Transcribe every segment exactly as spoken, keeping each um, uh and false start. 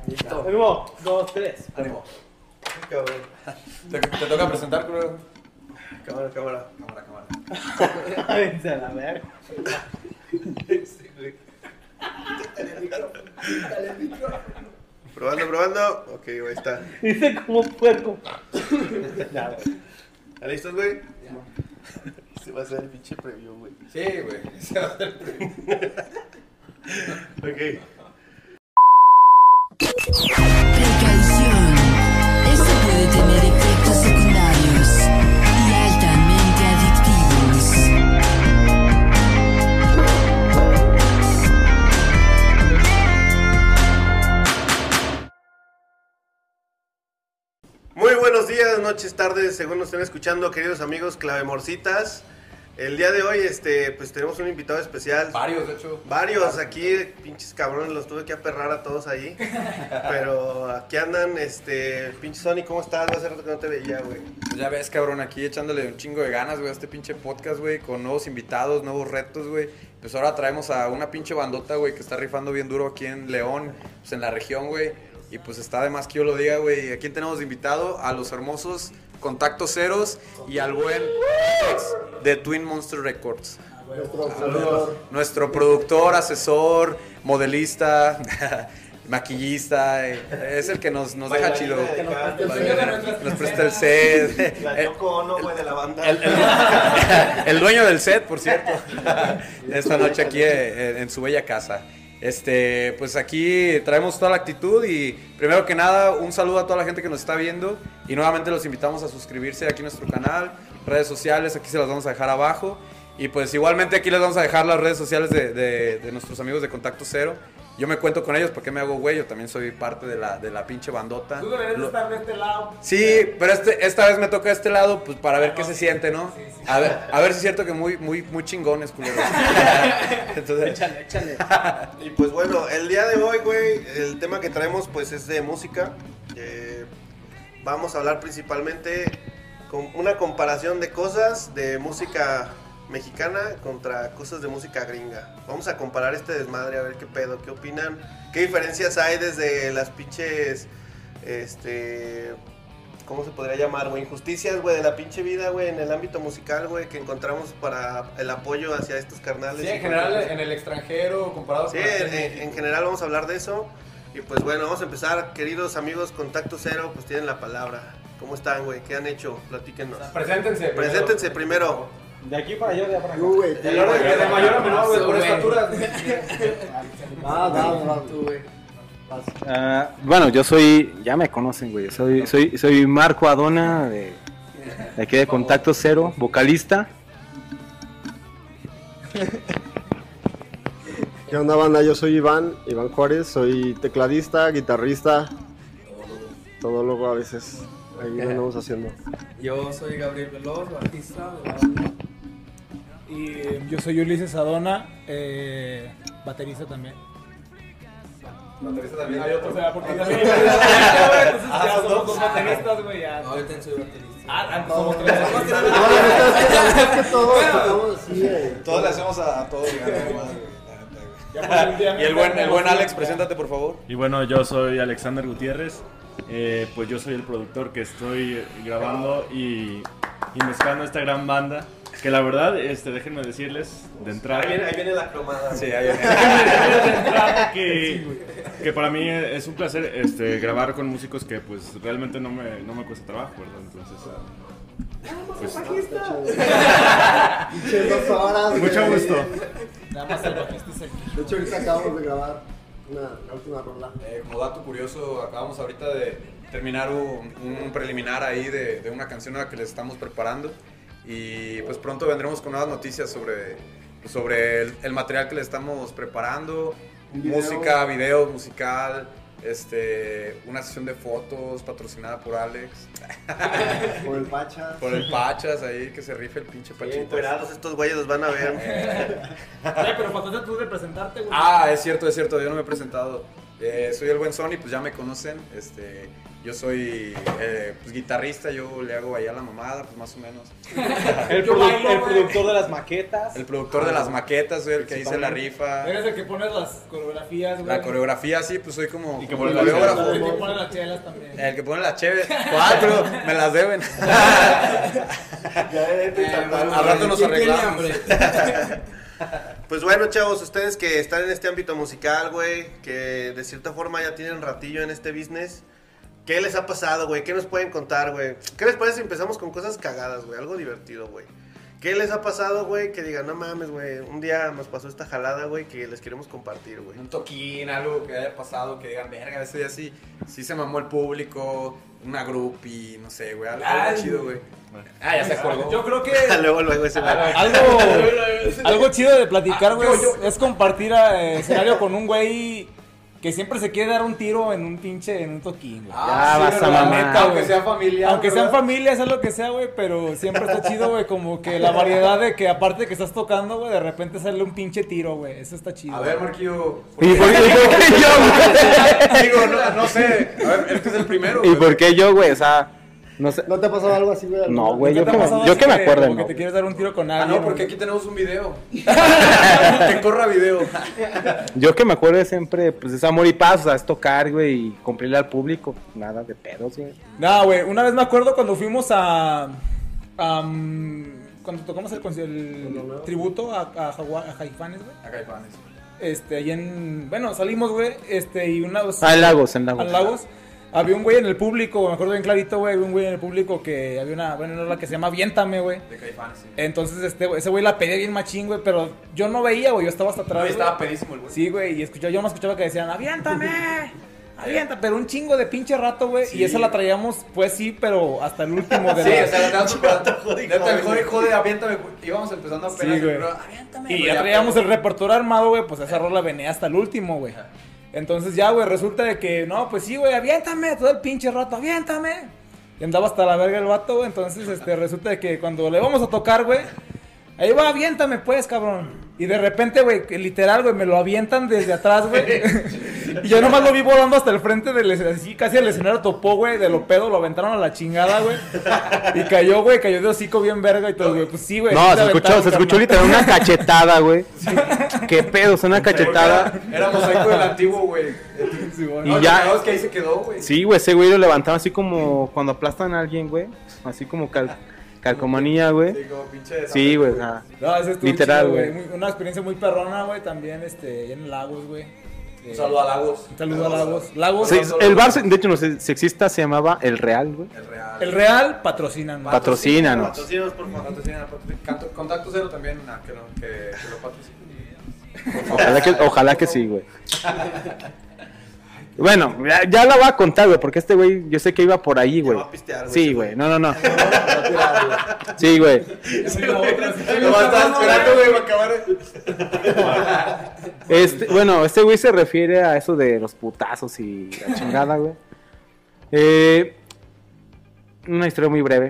Listo. Uno, dos, tres. Ánimo. Cabrón. Te, te toca presentar, creo. Cámara, cámara. Cámara, cámara. Váyanse a la verga. Sí, güey. Probando, probando. Ok, güey, está. Dice como puerco. Ya, güey. ¿Están listos, güey? Este va a ser el pinche preview, güey. Sí, güey. Ese va a ser el preview. Ok. Precaución. Esto puede tener efectos secundarios y altamente adictivos. Muy buenos días, noches, tardes, según nos estén escuchando, queridos amigos clavemorcitas. El día de hoy, este, pues tenemos un invitado especial. Varios, de hecho. Varios aquí, pinches cabrones, los tuve que aperrar a todos ahí. Pero aquí andan, este, pinche Sony, ¿cómo estás? Hace rato que no te veía, güey. Pues ya ves, cabrón, aquí echándole un chingo de ganas, güey, a este pinche podcast, güey, con nuevos invitados, nuevos retos, güey. Pues ahora traemos a una pinche bandota, güey, que está rifando bien duro aquí en León, pues en la región, güey. Y pues está de más que yo lo diga, güey. ¿A quién tenemos de invitado? A los hermosos Contacto Ceros y al buen ex de Twin Monster Records. Nuestro Saludos. productor. Nuestro productor, asesor, modelista, maquillista, eh, es el que nos, nos deja chido. Que nos presta el Bailarina, nos presta el set. La Yoko Ono, güey, de la banda. El, el, el dueño del set, por cierto, esta noche aquí en, en su bella casa. Este, pues aquí traemos toda la actitud y primero que nada un saludo a toda la gente que nos está viendo y nuevamente los invitamos a suscribirse aquí a nuestro canal, redes sociales, aquí se las vamos a dejar abajo y pues igualmente aquí les vamos a dejar las redes sociales de, de, de nuestros amigos de Contacto Cero. Yo me cuento con ellos porque me hago güey, yo también soy parte de la, de la pinche bandota. Tú deberías Lo- estar de este lado. Sí, pero este, esta vez me toca este lado, pues para ver qué se siente, ¿no? A ver, a ver si es cierto que muy, muy, muy chingones, culeros. Entonces, Échale, échale. Y pues bueno, el día de hoy, güey, el tema que traemos pues es de música. Eh, vamos a hablar principalmente con una comparación de cosas de música mexicana contra cosas de música gringa. Vamos a comparar este desmadre, a ver qué pedo, qué opinan, qué diferencias hay desde las pinches, este, ¿cómo se podría llamar, güey? Injusticias, güey, de la pinche vida, güey, en el ámbito musical, güey, que encontramos para el apoyo hacia estos carnales. sí, en general en el extranjero, comparado Sí, con aquí en, en en- México. en general vamos a hablar de eso. Y pues bueno, vamos a empezar, queridos amigos, Contacto Cero, pues tienen la palabra. ¿Cómo están, güey? ¿Qué han hecho? Platíquenos. Preséntense. primero. Preséntense primero. De aquí para allá, de allá para acá. Tú, güey. El orden de mayor a menor, güey, por Güey. estatura. Ah, dale, dale, tú, güey. Vas. Ah, bueno, yo soy, ya me conocen, güey. Soy, soy, soy Marco Adona, de, de aquí de Contacto Cero, vocalista. ¿Qué onda, banda? Yo soy Iván, Iván Juárez, soy tecladista, guitarrista, todólogo a veces. Ahí lo andamos haciendo. Yo soy Gabriel Veloz, artista de la banda. Y eh, yo soy Ulises Adona, eh, baterista también. Baterista también hay otro. O sea, porque también entonces Ah, ya son somos dos. dos bateristas, güey, ya. No, yo también soy baterista. Ah, ah, somos tres. No, es que todos tocamos así, güey. Todos le hacemos a, a todos. Ya por un día Y el buen, me- el buen Alex, preséntate por favor. Y bueno, yo soy Alexander Gutiérrez, eh, pues yo soy el productor que estoy grabando y, y mezclando esta gran banda, que la verdad, este, déjenme decirles de entrada, Ahí viene, ahí viene la cromada. Sí, güey. ahí viene. de entrada que, que para mí es un placer este, grabar con músicos que pues realmente no me, no me cuesta trabajo, ¿verdad? Entonces, pues, Pinche dos horas, güey. mucho gusto. Nada más el bajista es el De hecho, ahorita acabamos de grabar una, la última rola. Eh, como dato curioso, acabamos ahorita de terminar un, un preliminar ahí de, de una canción a la que les estamos preparando y pues pronto vendremos con nuevas noticias sobre, pues, sobre el, el material que les estamos preparando, Un video. música, video musical, este, una sesión de fotos patrocinada por Alex, Por el Pacha. por el Pachas ahí que se rife el pinche Bien Pachita. encuerados estos güeyes los van a ver. Eh, Oye, pero faltaste tú de presentarte, güey. ah, es cierto, es cierto, yo no me he presentado. Eh, soy el buen Sony, pues ya me conocen. Este, yo soy eh, pues, guitarrista, yo le hago allá la mamada, pues más o menos. El, Yo produ- bailo, el güey. productor de las maquetas. El productor de las maquetas, soy el que dice la rifa. Eres el que pones las coreografías, güey. La coreografía, sí, pues soy como, Y que como pone el las coreógrafo. El que pone las chelas también. El que pone la cheve. ¿Cuál? Pero me las deben. Al rato nos ¿Quién tiene arreglamos. hambre? Pues bueno, chavos, ustedes que están en este ámbito musical, güey, que de cierta forma ya tienen ratillo en este business, ¿qué les ha pasado, güey? ¿Qué nos pueden contar, güey? ¿Qué les parece si empezamos con cosas cagadas, güey? Algo divertido, güey. ¿Qué les ha pasado, güey? Que digan, no mames, güey, un día nos pasó esta jalada, güey, que les queremos compartir, güey. Un toquín, algo que haya pasado, que digan, verga, ese día sí, sí se mamó el público, una groupie, no sé, güey, algo, algo Ay, chido, güey. Ah, ya se acordó. Yo creo que luego, luego ese güey. algo, algo chido de platicar, güey, es, es compartir eh, escenario con un güey que siempre se quiere dar un tiro en un pinche, en un toquín, güey. Ah, Ya vas pero a la mamar. neta, aunque sea familiar. Aunque sean ¿verdad? familias, es lo que sea, güey, pero siempre está chido, güey, como que la variedad de que aparte de que estás tocando, güey, de repente sale un pinche tiro, güey, eso está chido. A ver, Marquillo. ¿Y por qué, y por qué yo, güey? Digo, no, no sé. A ver, este es el primero. ¿Y güey. por qué yo, güey? O sea, no sé. ¿No te ha pasado algo así, güey? No, güey, ¿Qué yo te que ha pasado me, yo así que me acuerdo, como no. que te quieres dar un tiro con Ah, alguien? no, porque güey? aquí tenemos un video. Que corra video. Yo que me acuerdo siempre, pues es amor y paz, o sea, es tocar, güey, y cumplirle al público. Nada de pedos, güey. No, güey, una vez me acuerdo cuando fuimos a... a, mm, cuando tocamos el, conci- el tributo a, a, Jagua- a Jaifanes, güey. Acá hay panes. Este, ahí en... Bueno, salimos, güey, este, y una vez... Ah, en Lagos, en Lagos. a Lagos. Había un güey en el público, me acuerdo bien clarito, güey, había un güey en el público que había una, bueno, la que se llama Aviéntame, güey. De Caifanes, sí. Entonces, este, güey, ese güey la pedía bien machín, güey, pero yo no veía, güey, yo estaba hasta atrás. No, y güey. estaba pedísimo el güey. Sí, güey, y escuchaba, yo me escuchaba que decían, aviéntame, avienta, pero un chingo de pinche rato, güey, Sí. y esa la traíamos, pues sí, pero hasta el último de Sí, la... o sea, la teníamos preparada. Neta, el jode, jode, aviéntame. Íbamos empezando apenas. Sí, güey. pero, aviéntame. Y güey, ya traíamos pero- el repertorio armado, güey, pues esa rola venía hasta el último, güey. Entonces ya, güey, resulta de que, no, pues sí, güey, aviéntame todo el pinche rato, aviéntame. Y andaba hasta la verga el vato, güey, entonces, este, resulta de que cuando le vamos a tocar, güey, ahí va, aviéntame, pues, cabrón. Y de repente, güey, que literal, güey, me lo avientan desde atrás, güey. Y yo nomás lo vi volando hasta el frente del escenario, así casi el escenario topó, güey, de lo pedo, lo aventaron a la chingada, güey. Y cayó, güey, cayó de hocico bien verga y todo, güey, pues sí, güey. No, sí se escuchó, aventaron, se escuchó carnal. literal una cachetada, güey. Qué pedo, es una cachetada. Era mosaico del antiguo, güey. Sí, güey. Y No, ya- lo cagado es que ahí se quedó, güey. Sí, güey, ese güey lo levantaron así como cuando aplastan a alguien, güey. Así como cal- calcomanía, güey. Sí, como pinche. Sí, güey, o sea. No, ese estuvo Literal, chido, güey. Muy- Una experiencia muy perrona, güey, también, este, allá en Lagos, güey. Eh, Un saludo a Lagos. Un saludo a Lagos. Lagos, Sí, el bar, de hecho, no sé si exista, se llamaba El Real, güey. El Real. el Real patrocinan, güey. Patrocínanos. Patrocínanos, por favor. Patrocina, patrocina. Canto- Contacto cero también, ah, que, lo, que, que lo patrocine. Ojalá que, ojalá que sí, güey. Bueno, ya, ya la voy a contar, güey, porque este güey, yo sé que iba por ahí, Ya güey. va a pistear, güey, Sí, ese güey, no, no, no. Sí, güey. Lo estaba esperando, güey, para acabar. Este, bueno, este güey se refiere a eso de los putazos y la chingada, güey. Eh, una historia muy breve.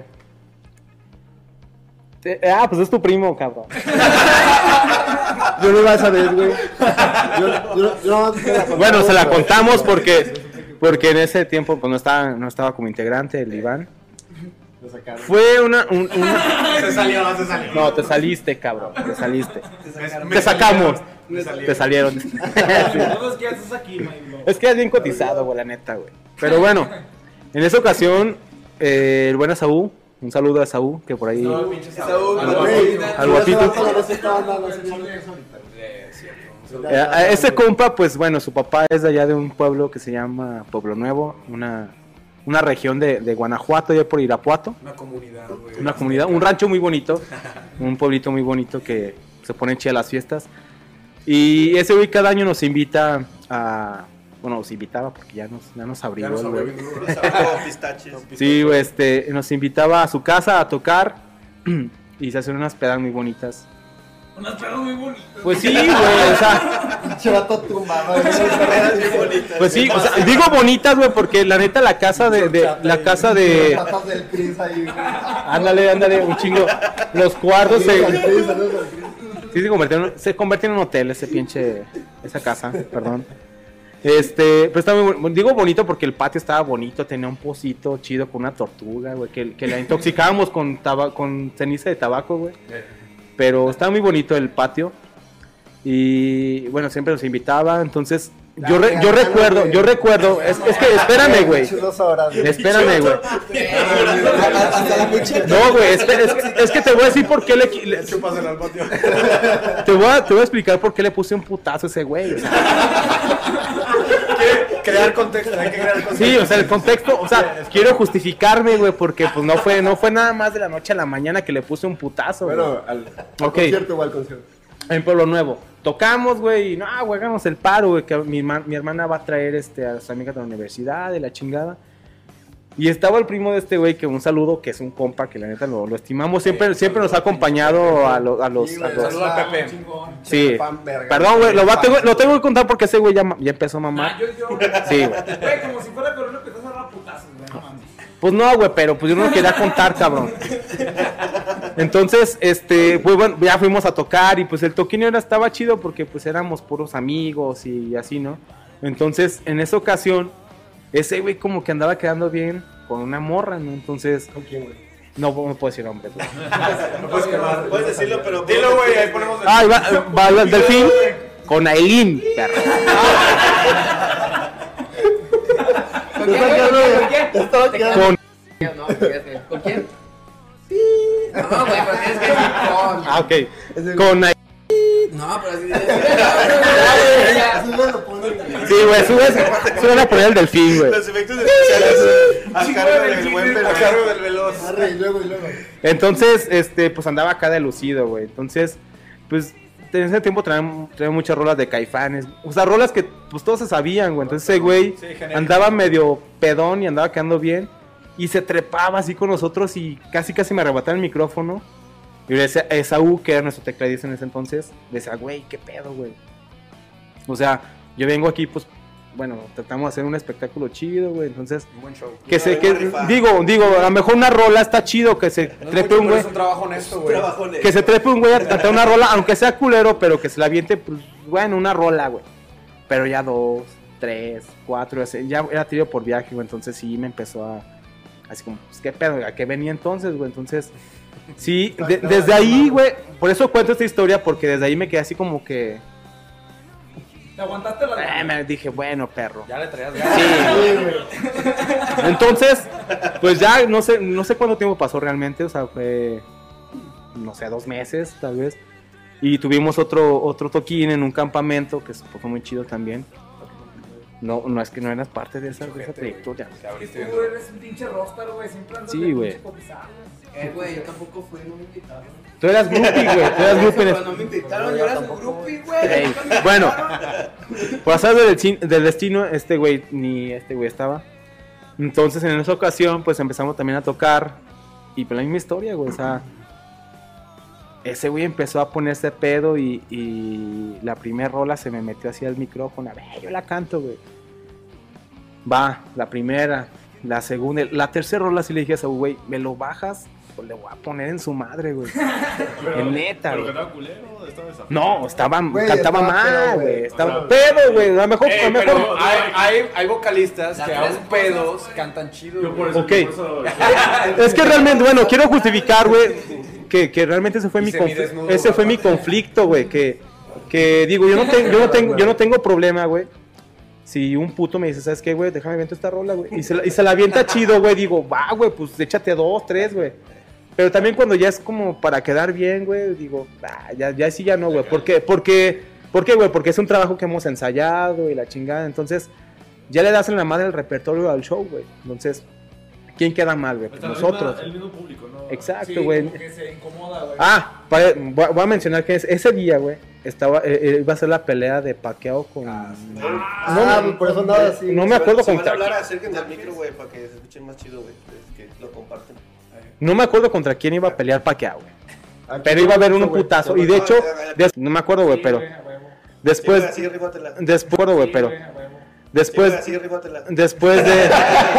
Eh, ah, pues es tu primo, cabrón. Yo no iba a saber, güey. Yo, yo, yo no te la contaba, Bueno, se la güey. contamos porque porque en ese tiempo pues no estaba no estaba como integrante el Iván. Fue una, un- una- Se salió, se salió. no, te saliste, cabrón, te saliste. Te sacamos. Te salieron. Sí. Entonces, ¿qué haces aquí, my bro? Es que es bien cotizado, güey, la neta, güey. Pero bueno, en esa ocasión, eh, el buen Esaú, un saludo a Esaú, que por ahí... No, pinche Saúl. Güey, patrocina. Al guapito. ese vato no se estaba dando, ese niño. Eh, cierto. Eh, a ese compa, pues bueno, su papá es de allá de un pueblo que se llama Pueblo Nuevo, una, una región de, de Guanajuato, allá por Irapuato. Una comunidad, güey. Una comunidad, un rancho muy bonito, un pueblito muy bonito que se pone chida las fiestas. Y ese güey cada año nos invita a... Bueno, nos invitaba porque ya nos, ya nos abrió Ya nos el abrió güey. bien duro. Saco pistaches. Sí, güey, este, nos invitaba a su casa a tocar y se hacían unas pedas muy bonitas. Unas pedas muy bonitas. Pues sí, güey, o sea, Pinche vato tumbado, güey. Carreras bien bonitas. pues sí, o sea, digo bonitas, güey, porque la neta la casa de, de la casa de, Patas del Chris ahí, güey. ándale, ándale, un chingo, los cuartos se, Saludos al Chris, saludos al Chris. sí se convirtió en, se convirtió en un hotel ese pinche, esa casa, perdón. Este, pues estaba muy bon- digo bonito porque el patio estaba bonito, tenía un pocito chido con una tortuga, güey, que, que la intoxicábamos con taba- con ceniza de tabaco, güey. Pero estaba muy bonito el patio. Y bueno, siempre nos invitaba, entonces yo, re- yo recuerdo, yo recuerdo, es, es que espérame, güey. Dos horas, güey. Espérame, güey. No, güey, es, es, es que te voy a decir por qué le, qui- le- Chúpaselo al patio. te voy a, te voy a explicar por qué le puse un putazo a ese güey. O sea, Crear contexto, hay que crear contexto. sí, o sea, el contexto, o sea, quiero justificarme, güey, porque pues no fue, no fue nada más de la noche a la mañana que le puse un putazo, güey. Bueno, al, al Ok. concierto o al concierto. En Pueblo Nuevo. Tocamos, güey, y no, güey, hagamos el paro, güey, que mi, herma- mi hermana va a traer este, a su amiga de la universidad, de la chingada. Y estaba el primo de este güey, que un saludo, que es un compa, que la neta lo, lo estimamos, siempre, siempre nos ha acompañado a, lo- a los... Sí, a güey, los- Saludos a Pepe. sí. Fan verga. Perdón, güey, lo, va- tengo- lo tengo que contar porque ese güey ya, ma- ya empezó a mamar. Ah, yo, yo. Sí, güey. Güey, como si fuera corona, empezás a dar putazos, güey, no mames. Pues no, güey, pero pues yo no lo quería contar, cabrón. Entonces, este, pues bueno, ya fuimos a tocar y pues el toquín era, estaba chido porque pues éramos puros amigos y así, ¿no? Entonces, en esa ocasión, ese güey como que andaba quedando bien con una morra, ¿no? Entonces, ¿Con quién, güey? no, no puedo decir nombres, güey. No puedes quemar. Puedes decirlo, pero... Dilo, güey, ahí ponemos el... Ah, y va, va el delfín con Aileen, perro. ¿Con quién, güey? ¿Con quién? ¿Con quién? Estaba quedando. Con... No, fíjate. ¿Con quién? Sí. No, güey, pero tienes que decir con. Ah, ok. Con Aileen. No, pero así. Así me lo ponen, güey. Sí, güey, subes, suben a poner el delfín, güey. Los efectos especiales a cargo del buen A Veloz. cargo del veloz. Arre, y luego, y luego. Entonces, este, pues andaba acá de lucido, güey. Entonces, pues, en ese tiempo traían, traían muchas rolas de Caifanes. O sea, rolas que, pues, todos se sabían, güey. Entonces, ese güey Sí, genérico. andaba medio pedón y andaba quedando bien. Y se trepaba así con nosotros y casi, casi me arrebataba el micrófono. Y le decía a Esaú, que era nuestro tecladista en ese entonces, le decía, güey, ¿qué pedo, güey? O sea, yo vengo aquí, pues, bueno, tratamos de hacer un espectáculo chido, güey. Entonces, Un buen show. que Una se, buena que, rifa. digo, digo, a lo mejor una rola está chido que se No es trepe mucho, un pero güey. es un trabajo honesto, güey. Trabajones. Que se trepe un güey a cantar una rola, aunque sea culero, pero que se la aviente, pues, bueno, una rola, güey. Pero ya dos, tres, cuatro, así, ya era tiro por viaje, güey. Entonces sí me empezó a. Así como, pues, ¿qué pedo? ¿A qué venía entonces, güey? Entonces, sí, de- desde ahí, güey. Por eso cuento esta historia, porque desde ahí me quedé así como que. ¿Te aguantaste la eh, me dije, bueno, perro. Ya le traías Sí, ganas. güey. Entonces, pues ya no sé, no sé cuánto tiempo pasó realmente, o sea, fue, no sé, dos meses tal vez. Y tuvimos otro, otro toquín en un campamento, que fue muy chido también. No, no es que no eras parte de esa, de esa trayectoria. Te abriste Tú bien duro. eres un pinche rockstar, güey. Siempre andas Sí, de güey. pinche cotizado, güey. Eh, güey, yo tampoco fui, no me invitaron. Tú eras groupie, güey, tú eras groupie en Pero no me invitaron, yo era su groupie, güey. Ey, nunca me bueno, invitaron. por azar del, cin- del destino, este güey, ni este güey estaba. Entonces, en esa ocasión, pues empezamos también a tocar. Y pues la misma historia, güey, o sea. Ese güey empezó a ponerse pedo y, y la primera rola se me metió así al micrófono. A ver, yo la canto, güey. Va, la primera, la segunda, la tercera rola sí le dije a ese güey, ¿me lo bajas? Pues le voy a poner en su madre, güey. En neta, ¿Pero güey. cantaba culero? ¿Estaba desafinado? No, estaba, Güey, cantaba estaba pedo, mal, güey. güey. Estaba O sea, pedo, güey. A lo mejor, a Eh, lo mejor. pero hay, hay, hay vocalistas Las que tres aún cosas, pedos güey. cantan chido. Yo por güey. eso, Ok. por eso- Es que realmente, bueno, quiero justificar, güey, que, que realmente ese fue Y mi semidesnudo, conflicto, ese fue mi aparte. conflicto, güey, que, que digo, yo no tengo, yo no tengo, yo no tengo problema, güey. Si un puto me dice, ¿sabes qué, güey? Déjame aviento esta rola, güey. Y se la, y se la avienta chido, güey. Digo, va, güey, pues échate dos, tres, güey. Pero también cuando ya es como para quedar bien, güey, digo, ah, ya, ya sí, ya no, güey. ¿Por qué? Porque, ¿por qué, güey? Porque es un trabajo que hemos ensayado y la chingada. Entonces, ya le das en la madre el repertorio al show, güey. Entonces, ¿quién queda mal, güey? Pues Hasta la nosotros. misma- el mismo público, ¿no? Exacto, Sí, güey. como que se incomoda, güey. Ah, pa- voy a- voy a mencionar que es- ese día, güey, estaba, eh, eh, iba a ser la pelea de Pacquiao con... Ah, no, güey, por eso andaba así. no me acuerdo Si van a contra hablar, quién. acérquense al micro, güey, para que se escuchen más chido, güey. Es que lo comparten. No me acuerdo contra quién iba a pelear Pacquiao, güey. Aquí Pero iba a haber un güey, putazo. ya Y me- de hecho, Ah, des- no me acuerdo, güey, Sí, pero güey, a huevo. después, Sí, güey, así, rífatela. después, güey, pero Sí, güey, a huevo. después, Sí, güey, así, rífatela. después de,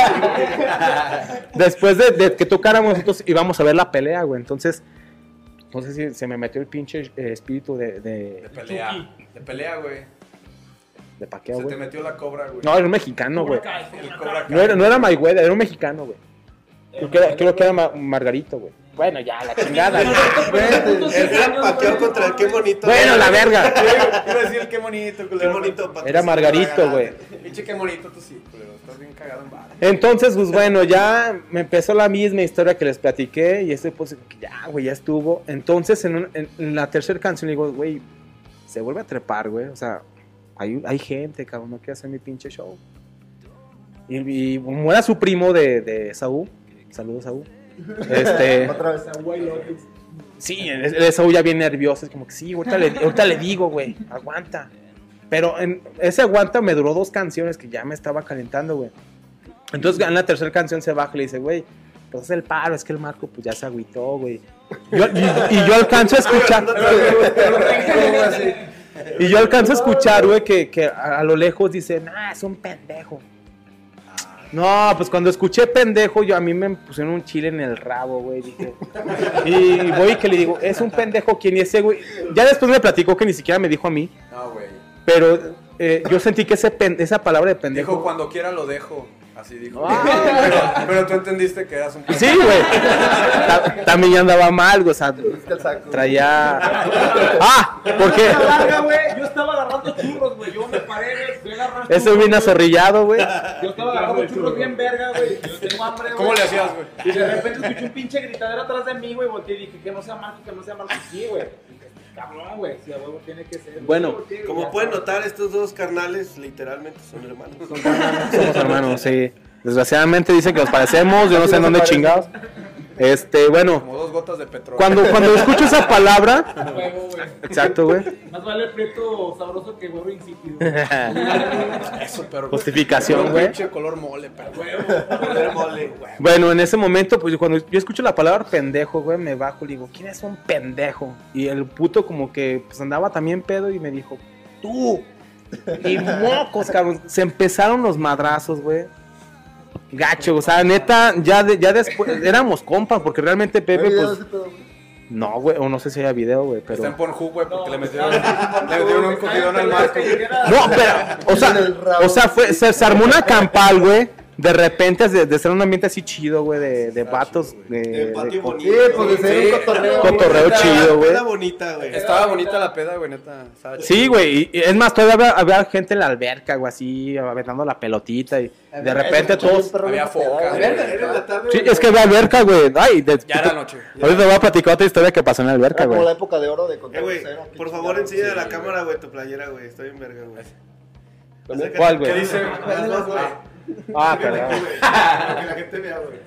después de, de que tocáramos nosotros íbamos a ver la pelea, güey. Entonces, no sé si se me metió el pinche eh, espíritu de, de- De pelea. De pelea, güey. de Paqueo, Se te güey. metió la cobra, güey. No, era un mexicano, güey. El Cobra Kai. No era, no era Mayweather, era un mexicano, güey. Creo que era, creo que era Ma- Margarito, güey. Bueno, ya, la chingada. güey. Era Paqueo contra el qué bonito. Bueno, la verga. Iba a decir qué bonito, Qué culero. bonito. Paqueo. Era Margarito, güey. Pinche qué bonito tú sí, culero. Estás bien cagado en bar. Entonces, pues bueno, ya me empezó la misma historia que les platiqué. Y este, pues, ya, güey, ya estuvo. Entonces, en, un- en- en la tercera canción, le digo, güey, se vuelve a trepar, güey. O sea, hay, hay gente, cabrón, no quiere hacer mi pinche show. Y, y como era su primo de, de Saúl, saludos, Saúl. Este, Otra vez. sí, el, el Saúl ya bien nervioso. Es como que sí, ahorita le, ahorita le digo, güey, aguanta. Pero en, ese aguanta me duró dos canciones que ya me estaba calentando, güey. Entonces en la tercera canción se baja y le dice, güey, pues es el paro, es que el Marco pues ya se agüitó, güey. Yo- y, y yo alcanzo a escuchar. Y yo alcanzo a escuchar, güey, que, que a, a lo lejos dice, nah, es un pendejo. No, pues cuando escuché pendejo, yo a mí me pusieron un chile en el rabo, güey, dije. Y voy y que le digo, es un pendejo, ¿quién? Y ese, güey, ya después me platicó que ni siquiera me dijo a mí, No, güey. pero eh, yo sentí que ese pen- esa palabra de pendejo... Dijo cuando quiera lo dejo. Así dijo. Ah. pero, pero tú entendiste que eras un Sí, güey. Ta- También ya andaba mal, güey, o sea, traía... Ah, ¿por qué? Larga, güey. Yo estaba agarrando churros, güey. Yo me paré, güey. Fui a agarrar Ese churros, viene güey. azorrillado, güey. Yo estaba agarrando churros bien verga, güey. Yo tengo hambre, güey. ¿Cómo le hacías, güey? Y de repente escuché un pinche gritadero atrás de mí, güey. Volteé y dije, que no sea Marco, que no sea Marco. Sí, güey. Cabrón, güey. Si a huevo tiene que ser. Bueno. Como pueden notar, estos dos carnales literalmente son hermanos. Somos hermanos, sí. Desgraciadamente dicen que nos parecemos, yo no sé en dónde chingados. Este, bueno, Como dos gotas de petróleo. cuando, cuando escucho esa palabra... Huevo, güey. Exacto, güey. Más vale el prieto sabroso que huevo insípido. Eso, pero. Justificación, Un güey. pinche color mole, pero. Poder mole. Bueno, en ese momento, pues cuando yo escucho la palabra pendejo, güey, me bajo y digo, ¿quién es un pendejo? Y el puto como que pues andaba también pedo y me dijo, tú. Y mocos, cabrón. Se empezaron los madrazos, güey. Gacho, o sea, neta, ya, de- ya después éramos compas, porque realmente Pepe, pues. No, güey, o no sé si haya video, güey, pero. Está en Pornhub, güey, porque le metieron, le metieron un cogidón al Marco. No, pero, o sea, o sea fue, se, se armó una campal, güey. De repente, de, de ser un ambiente así chido, güey, de, de vatos. De, De patio de- bonito. Sí, pues de ser un cotorreo. Cotorreo chido, güey. Peda bonita, güey. Estaba bonita la peda, güey, neta. Estaba Sí, chido. güey, y- y es más, todavía había, había gente en la alberca, güey, así, aventando la pelotita. Y de repente todos. Había focas, Era güey. era en la tarde. Sí, güey. es que había alberca, güey. Ay, de- Ya era noche. ahorita te voy a platicar otra historia que pasó en la alberca, Era como la güey. época de oro de Eh, Control güey, Cero. por favor, enseña a la cámara, güey, tu playera, güey. Estoy en verga, güey. Acércate. ¿Cuál, güey? ¿Qué dice? Las dos, güey. Ah, perdón. Para que la gente vea, güey.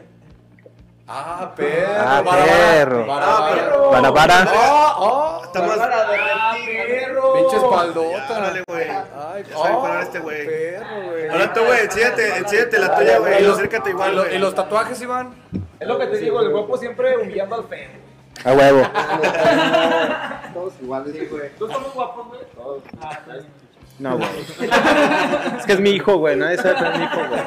Ah, perro. Ah, Bara, bara. perro. Bara, Ah, bara. perro. Para, para. Ah, ah. Está más. Pinche espaldota. Ya, órale, güey. Ay, Ya sabe ah, parar este güey. Perro, güey. Ahora tú, güey, enséñate, enséñate la tuya, güey. Y acércate igual, ¿Y lo- güey. ¿Y los tatuajes, Iván? Es lo que te digo, el guapo siempre humillando al feo. A huevo. Todos iguales, sí, güey. ¿Tú somos guapos, güey? Todos. Ah, está bien. No, güey. Es que es mi hijo, güey. Nadie sabe, pero es mi hijo, güey.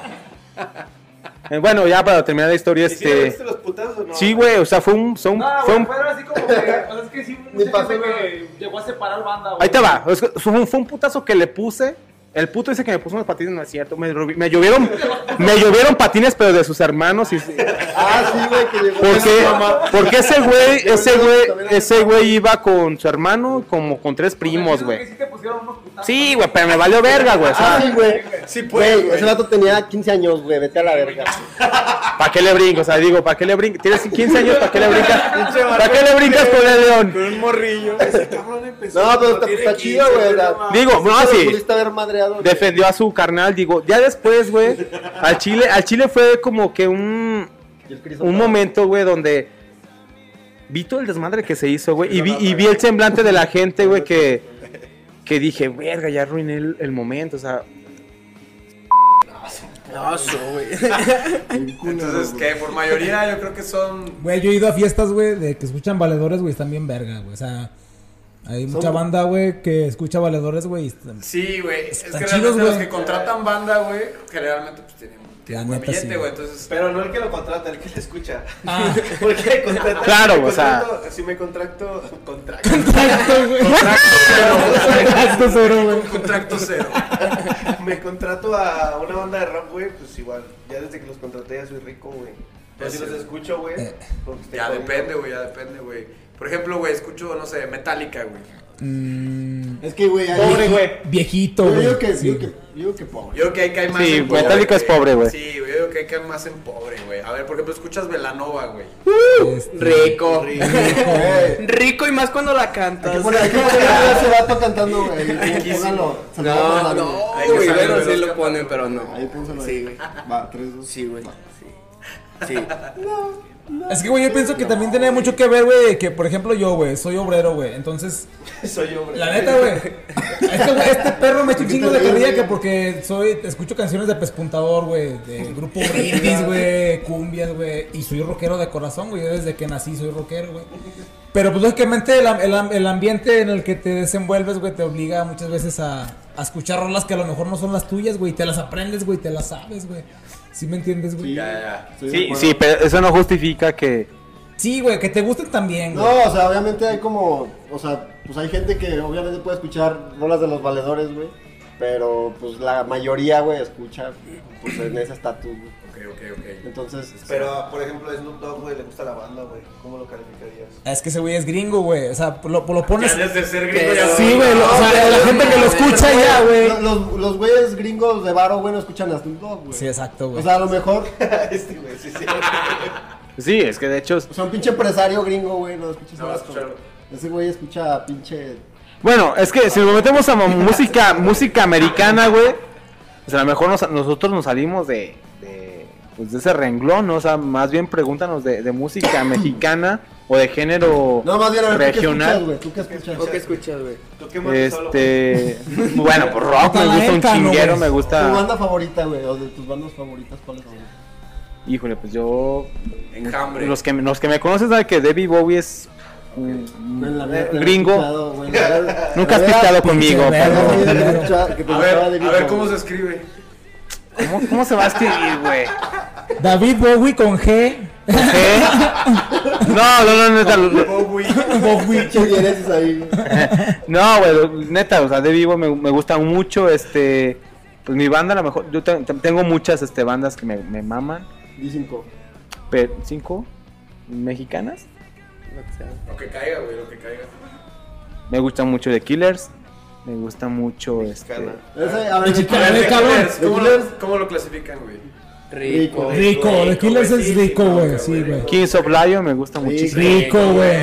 Eh, Bueno, ya para terminar la historia, ¿Y si le viste este. los putazos o no? Sí, güey, o sea, fue un. Fue un, No, fue güey, un- fueron así como que. O sea, es que sí, Ni mucha pasó gente nada. que llegó a separar banda, güey. Ahí te va. Es que fue un, fue un putazo que le puse. El puto dice que me puso unos patines, no es cierto. Me, robi- me llovieron. Me llovieron patines, pero de sus hermanos. Y, Ah, sí, güey, que llegó. porque, porque ese güey, ese güey, ese güey iba con su hermano, como con tres primos, Que güey. sí te pusieron unos putazos. Sí, güey, pero me valió verga, güey. O Ah, sea, sí, güey. Sí, puede, Güey, güey. ese vato tenía quince años, güey. Vete a la verga. ¿para qué le brinco? O sea, digo, ¿para qué le brinco? Tienes quince años, ¿para qué le brincas? ¿Para qué le brincas con el león? Con un morrillo. Ese cabrón empezó. No, pero está, tiene está quince, chido, güey. o sea, no mames. Digo, sí no, te lo sí. pudiste haber madreado, güey. Defendió a su carnal, digo, ya después, güey, al Chile, al Chile fue como que un, Y el Cristo un estaba- momento, güey, donde vi todo el desmadre que se hizo, güey, y vi, y vi el semblante de la gente, güey, que, que dije, verga, ya arruiné el, el momento, o sea, Entonces, ¿qué? Por mayoría, yo creo que son. Güey, yo he ido a fiestas, güey, de que escuchan valedores, güey, están bien verga, güey. O sea, Hay Son- mucha banda, güey, que escucha valedores, güey. y están- Sí, güey. Es que Están realmente chidos, los güey. que contratan banda, güey, generalmente pues tienen, tienen La buen neta, billete, sí. güey. Entonces, Pero no el que lo contrata, el que le escucha. Ah. Porque contratar. Claro, si me o sea- contrato- Si me contracto. Contracto. Contrato cero, güey. contrato cero. Me contrato a una banda de rap, güey, pues igual. Ya desde que los contraté ya soy rico, güey. Pero Ya si sé. los escucho, güey. Eh. porque estoy Ya jodido. depende, güey, ya depende, güey. Por ejemplo, güey, escucho, no sé, Metallica, güey. Mm, Es que, güey, ahí- pobre, güey. Viejito, Yo güey. digo que, Sí. digo que, digo que pobre. Yo creo que ahí cae más Sí, en pobre. Metallica es pobre, güey. Sí, güey, yo creo que ahí cae más en pobre, güey. A ver, por ejemplo, escuchas Velanova, güey. Este, Rico. Güey, Rico y más cuando la hay que cantas. poner, hay que poner a ese vato cantando, güey. Riquísimo. Póngalo. se lo vamos a No, dar, no, güey. Hay que güey, saber bueno, de sí los lo que ponen, cantan, pero no. Ahí pónselo ahí. Sí, güey. Va, tres, dos. Sí, güey. Va. Sí. Sí. Es que, güey, yo pienso que también tiene mucho que ver, güey, que, por ejemplo, yo, güey, soy obrero, güey. Entonces, Soy hombre. la neta, güey, este, güey, este perro me echa un chingo de carrilla que porque soy, escucho canciones de Pespuntador, güey, de grupo Brindis, güey, cumbias, güey, y soy rockero de corazón, güey, yo desde que nací soy rockero, güey. Pero, pues, lógicamente, el, am- el, am- el ambiente en el que te desenvuelves, güey, te obliga muchas veces a, a escuchar rolas que a lo mejor no son las tuyas, güey, te las aprendes, güey, te las sabes, güey. ¿Sí me entiendes, güey? Ya, ya. Estoy de Sí, acuerdo. sí, pero eso no justifica que... Sí, güey, que te gusten también, güey. No, o sea, obviamente hay como, o sea, pues hay gente que obviamente puede escuchar rolas de los valedores, güey, pero pues la mayoría, güey, escucha pues en ese estatus, güey. Ok, ok, ok. Entonces, Pero, por ejemplo, a Snoop Dogg, güey, le gusta la banda, güey. ¿Cómo lo calificarías? Es que ese güey es gringo, güey. O sea, lo, lo pones. Ya desde ser gringo ya Sí, güey. lo- O sea, la gente que lo escucha pero, ya, güey. Los, los, los güeyes gringos de varo, güey, no escuchan a Snoop Dogg, güey. Sí, exacto, güey. O sea, a lo mejor, este, güey, sí, sí. Sí, es que de hecho... o sea, un pinche empresario gringo, güey, no escucha No vas a ese vato. escucharlo. Ese güey escucha a pinche... Bueno, es que si nos metemos a música música americana, güey, o sea, a lo mejor nos- nosotros nos salimos de, de, pues de ese renglón, ¿no? O sea, más bien pregúntanos de, de música mexicana o de género No, más bien, a ver, ¿tú qué escuchas, regional. güey? ¿Tú qué escuchas? ¿O qué escuchas, güey? ¿Tú qué más solo? Este, bueno, pues rock me gusta un Talaécano, chinguero, güey. me ¿Tu gusta. banda favorita, güey? O de tus bandas favoritas, ¿cuáles son? Híjole, pues yo Enjambre. los que los que me conocen saben que David Bowie es mm, En la vida te lo he gringo. escuchado, güey. La verdad- Nunca has la verdad, pisteado conmigo, pinche pero la verdad, que te escuchaba- que te A gustaba ver, David a ver Bowie. cómo se escribe. ¿cómo, cómo se va a escribir, güey? David Bowie con G. ¿Qué? No, no, no, neta. lo- Bowie. Bowie. Pinche diereces ahí, güey. No, güey, neta, o sea, de vivo me, me gusta mucho, este, pues mi banda a lo mejor, yo te- te- tengo muchas, este, bandas que me, me maman, D cinco. pero, ¿cinco? ¿Mexicanas? Lo que caiga, güey, lo que caiga. Me gustan mucho The Killers, me gusta mucho, este, Mexicana. Ese, a ver, Pinche ¿qué- A ver, Eh, The cabrón. Killers, ¿cómo, The lo, Killers. ¿cómo lo clasifican, güey? Rico. Rico, The Killers güey, es sí, rico, sí, güey. no, Sí, güey. güey. Kings of Lion me gusta Sí, muchísimo, Rico, güey.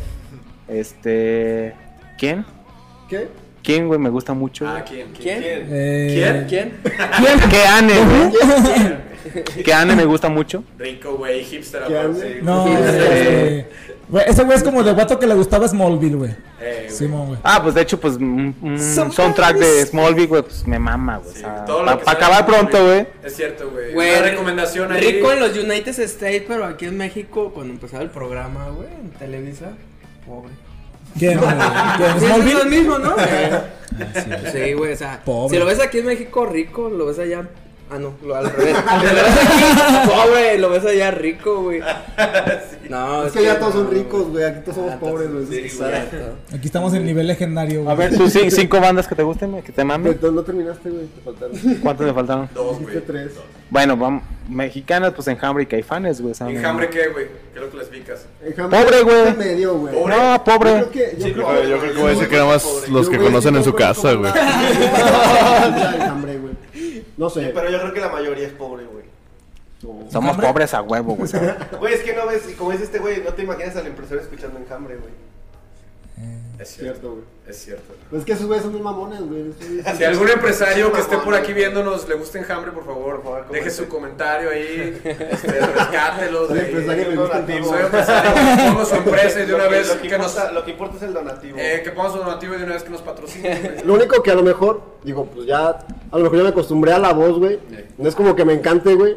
este, ¿quién? ¿Qué? ¿Quién, güey? Me gusta mucho, Ah, güey. ¿quién? ¿Quién? Eh, ¿Quién? ¿Quién? ¿Qué Ane, güey? ¿Qué Ane me gusta mucho? Rico, güey, hipster. ¿Qué aparte. ande? No, Sí, este, güey, ese güey es como de guato que le gustaba Smallville, güey. Eh, güey. Simón, güey. Ah, pues de hecho, pues un, un Somebody's- soundtrack de Smallville, güey, pues me mama, güey. Sí, o sea, todo lo para que sea acabar de pronto, Smallville. güey. Es cierto, güey. Güey, Una recomendación ahí. Rico en los United States, pero aquí en México, cuando empezaba el programa, güey, en Televisa, pobre. ¿Quién, güey? ¿Quién? Sí, es lo ¿Smallville? mismo, ¿no? Ah, Sí, güey, o sea, Pobre. si lo ves aquí en México, rico, lo ves allá. Ah, no, lo, al revés. Si lo ves aquí, pobre, lo ves allá rico, güey. No, Es que ya todos no, son ricos, güey. Aquí todos somos Ah, pobres, güey. Sí, Sí, güey. Aquí estamos en nivel legendario, güey. A ver, tus cin- cinco bandas que te gusten, güey, que te mamen. No, no terminaste, güey. Te faltaron. ¿Cuántos me faltaron? Dos, Dijiste güey. tres. Bueno, vamos, mexicanas, pues Enjambre y Caifanes, güey. o sea, ¿Enjambre qué, güey? ¿Qué lo clasificas? Enjambre Pobre, güey. en medio, güey. Pobre. No, pobre. Yo creo que. Yo creo Yo, yo creo que voy a decir que nada más los que Yo, güey, conocen sí, en su pobre, casa, como- güey. Enjambre, güey. No sé. Pero yo creo que la mayoría es pobre, güey. Somos pobres a huevo, güey. Güey, es que no ves, y como dice este güey, no te imaginas al empresario escuchando Enjambre, güey. Es cierto. Cierto, güey. Es cierto. Pues es que esos güeyes son muy mamones, güey. Esos güeyes- Si algún empresario que esté por aquí viéndonos le gusta Enjambre, por favor, Por favor, deje comente. su comentario ahí, este, rescátelos. Soy de- empresario, me gusta donativo. Soy empresario, pongo su empresa y de una Lo que- vez lo que, que nos... importa, lo que importa es el donativo. Eh, que pongamos su donativo y de una vez que nos patrocinen, güey. Lo único que a lo mejor, digo, pues ya, a lo mejor ya me acostumbré a la voz, güey. Sí. No es como que me encante, güey.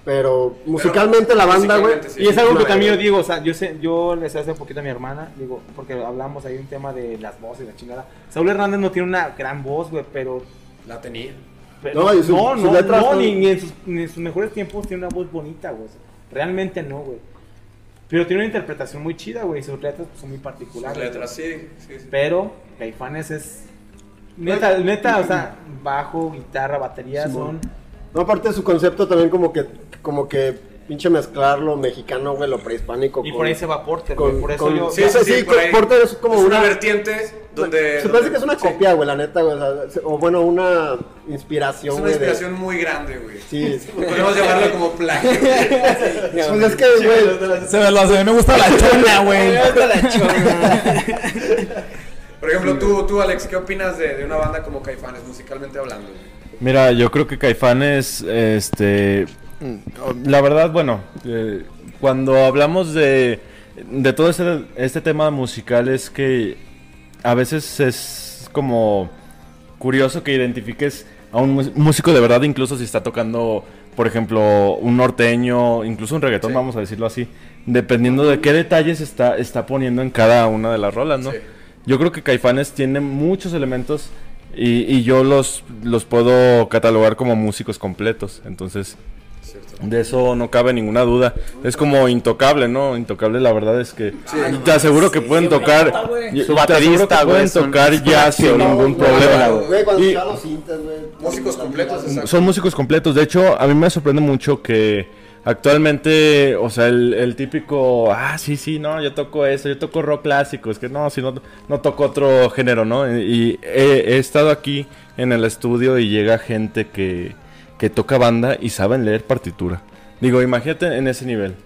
Pero musicalmente la banda, güey. musicalmente, sí. Y es algo que Una también yo verga. digo, o sea, yo sé, yo les hace poquito a mi hermana, digo, porque hablamos ahí un tema de las voces, la chingada. Saúl Hernández no tiene una gran voz, güey, pero, La tenía. pero No, y su- no, sus no, letras no, son- ni, ni en sus, ni en sus mejores tiempos tiene una voz bonita, güey. o sea, realmente no, güey. Pero tiene una interpretación muy chida, güey, y sus letras pues, son muy particulares. Las letras, güey. sí, sí, sí. Pero Caifanes es neta, neta, o sea, bajo, guitarra, batería Simón. son No, aparte de su concepto también como que, como que pinche mezclar lo mexicano, güey, lo prehispánico. y con- por ahí se va Porter, con- güey, por eso con- yo Sí, Sí, sí, sí, sí, por ahí. Porter es como Es una, una... vertiente donde... Se parece que es una sí. copia, güey, la neta, güey. O, sea, se- o bueno, una inspiración, Es una güey. de- inspiración muy grande, güey. Sí. Podemos llamarlo como plagio. Pues es que, güey. Se me lo hace, me gusta la chona, güey. Me gusta la chona. Por ejemplo, tú, tú Alex, ¿qué opinas de, de una banda como Caifanes, musicalmente hablando? güey? Mira, yo creo que Caifanes, este, la verdad, bueno, eh, cuando hablamos de, de todo este, este tema musical es que a veces es como curioso que identifiques a un mus- músico de verdad, incluso si está tocando, por ejemplo, un norteño, incluso un reggaetón, Sí. vamos a decirlo así, dependiendo de qué detalles está, está poniendo en cada una de las rolas, ¿no? Sí. Yo creo que Caifanes tiene muchos elementos y, y yo los, los puedo catalogar como músicos completos. Entonces, Cierto. de eso no cabe ninguna duda. Es como Intocable, ¿no? Intocable, la verdad es que te aseguro que pueden tocar. y- Su te aseguro baterista, que güey, pueden son- tocar jazz sin No, ningún no, problema. no, güey, cuando Y- escuchaba los cintas, güey. Músicos completos, exacto. Son músicos completos. De hecho, a mí me sorprende mucho que actualmente, o sea, el, el típico, ah, sí, sí, no, yo toco eso, yo toco rock clásico. Es que no, si no, no toco otro género, ¿no? Y he, he estado aquí en el estudio y llega gente que, que toca banda y saben leer partitura. Digo, imagínate en ese nivel.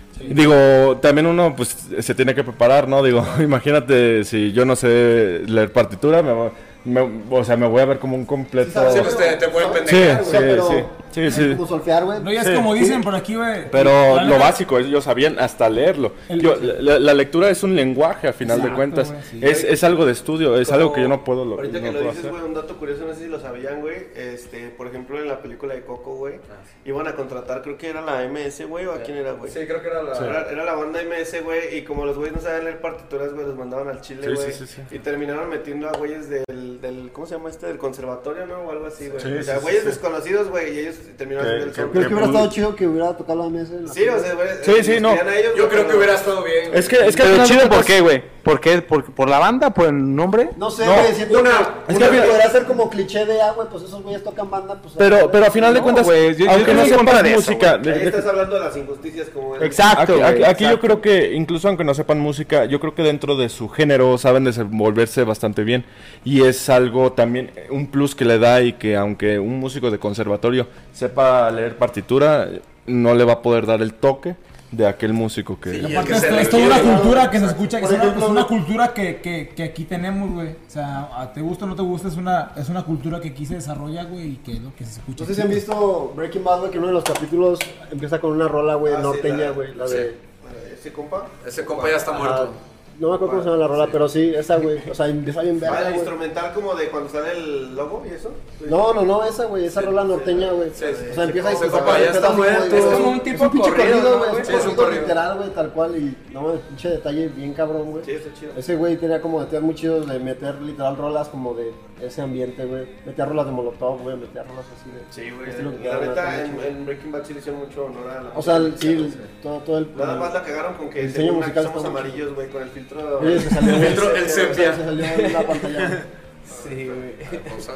Digo, también uno pues se tiene que preparar, ¿no? Digo, imagínate si yo no sé leer partitura, me, voy- me- o sea, me voy a ver como un completo... sabes, Sí, pues te, te pueden Sí, pendejar, O sea, sí, pero- sí, sí, sí. Como solfear, güey. No, ya es Sí. como dicen por aquí, güey. Pero La lo neta- básico, ellos sabían hasta leerlo. El- Yo, la, la lectura es un lenguaje, a final de Exacto, cuentas. güey, sí. Es, es algo de estudio, es Como- algo que yo no puedo, lo, Ahorita no que lo puedo dices, hacer. güey, un dato curioso, no sé si lo sabían, güey. Este, por ejemplo, en la película de Coco, güey, iban a contratar, creo que era la M S, güey, o a quién era, güey. Sí, creo que era la... Era, era la banda M S, güey, y como los güeyes no sabían leer partituras, güey, los mandaban al Chile, Sí, güey. sí, sí, sí. Y terminaron metiendo a güeyes del, del, ¿cómo se llama este? Del conservatorio, ¿no? O algo así, güey. Sí, o sea, sí, güeyes sí, sí. desconocidos, güey, y ellos terminaron Que- haciendo el que- son. Pero es que hubiera que- estado chido que hubiera tocado la mesa. en la Sí, o fila. sea, güey. Sí, eh, sí, los no. querían a ellos, Yo güey, creo que pero- hubiera estado bien. Es que, es que al Pero final de chido, ¿por cuentas- qué, güey? ¿Por qué? ¿Por, por la banda? ¿Por el nombre? No sé, No, güey, siento una- que, es una que- podría ser como cliché de, ah, güey, pues esos güeyes tocan banda, pues... Pero, pero a final de No, cuentas, güey, yo- yo aunque estoy no en contra sepas de eso, música, de- Ahí de- estás hablando de las injusticias como él. Exacto. Aquí, aquí- güey, aquí yo exacto. creo que incluso aunque no sepan música, yo creo que dentro de su género saben desenvolverse bastante bien y es algo también un plus que le da y que aunque un músico de conservatorio sepa leer partitura, no le va a poder dar el toque de aquel músico que... Sí. Y Y el aparte que es, se le es toda una quiere, cultura que se Exacto. escucha, que Por es una, ejemplo, es una güey. cultura que, que, que aquí tenemos, güey. O sea, a te gusta o no te gusta, es una, es una cultura que aquí se desarrolla, güey, y que es lo que se escucha. No sé si aquí, han güey. visto Breaking Bad, güey, que uno de los capítulos empieza con una rola, güey, Ah, sí, norteña, la- güey, la sí. de... ¿Ese compa? Ese compa ya está Ajá. muerto. No me acuerdo cómo se llama la rola, pero sí, esa, güey, o sea, empieza bien Ah, verga, el güey. instrumental como de cuando sale el logo y eso. No, no, no, esa, güey, esa rola norteña, güey. Sí, sí. O sea, empieza Ese y compa ya está muerto. Es como un tipo es un pinche corrido, corrido, ¿no, güey, güey? es Sí, un es un corrido corrido. literal, güey, tal cual, y no, es pinche detalle bien cabrón, güey. Sí, está chido. Ese güey tenía como detalles muy chidos de meter literal rolas como de ese ambiente, güey. Metía rolas de Molotov, güey, metía rolas así de... Sí, güey. estilo que La quedaban neta, acá, en, chido. en Breaking Bad sí le hicieron mucho honor a la O sea, el- música, sí, el- entonces. todo, todo el... Nada más la cagaron con que el diseño según musical aquí somos está muy amarillos, güey, con el filtro. Oye, se salió El filtro, el se sepia. salió en la pantalla. Sí, güey. Pausa.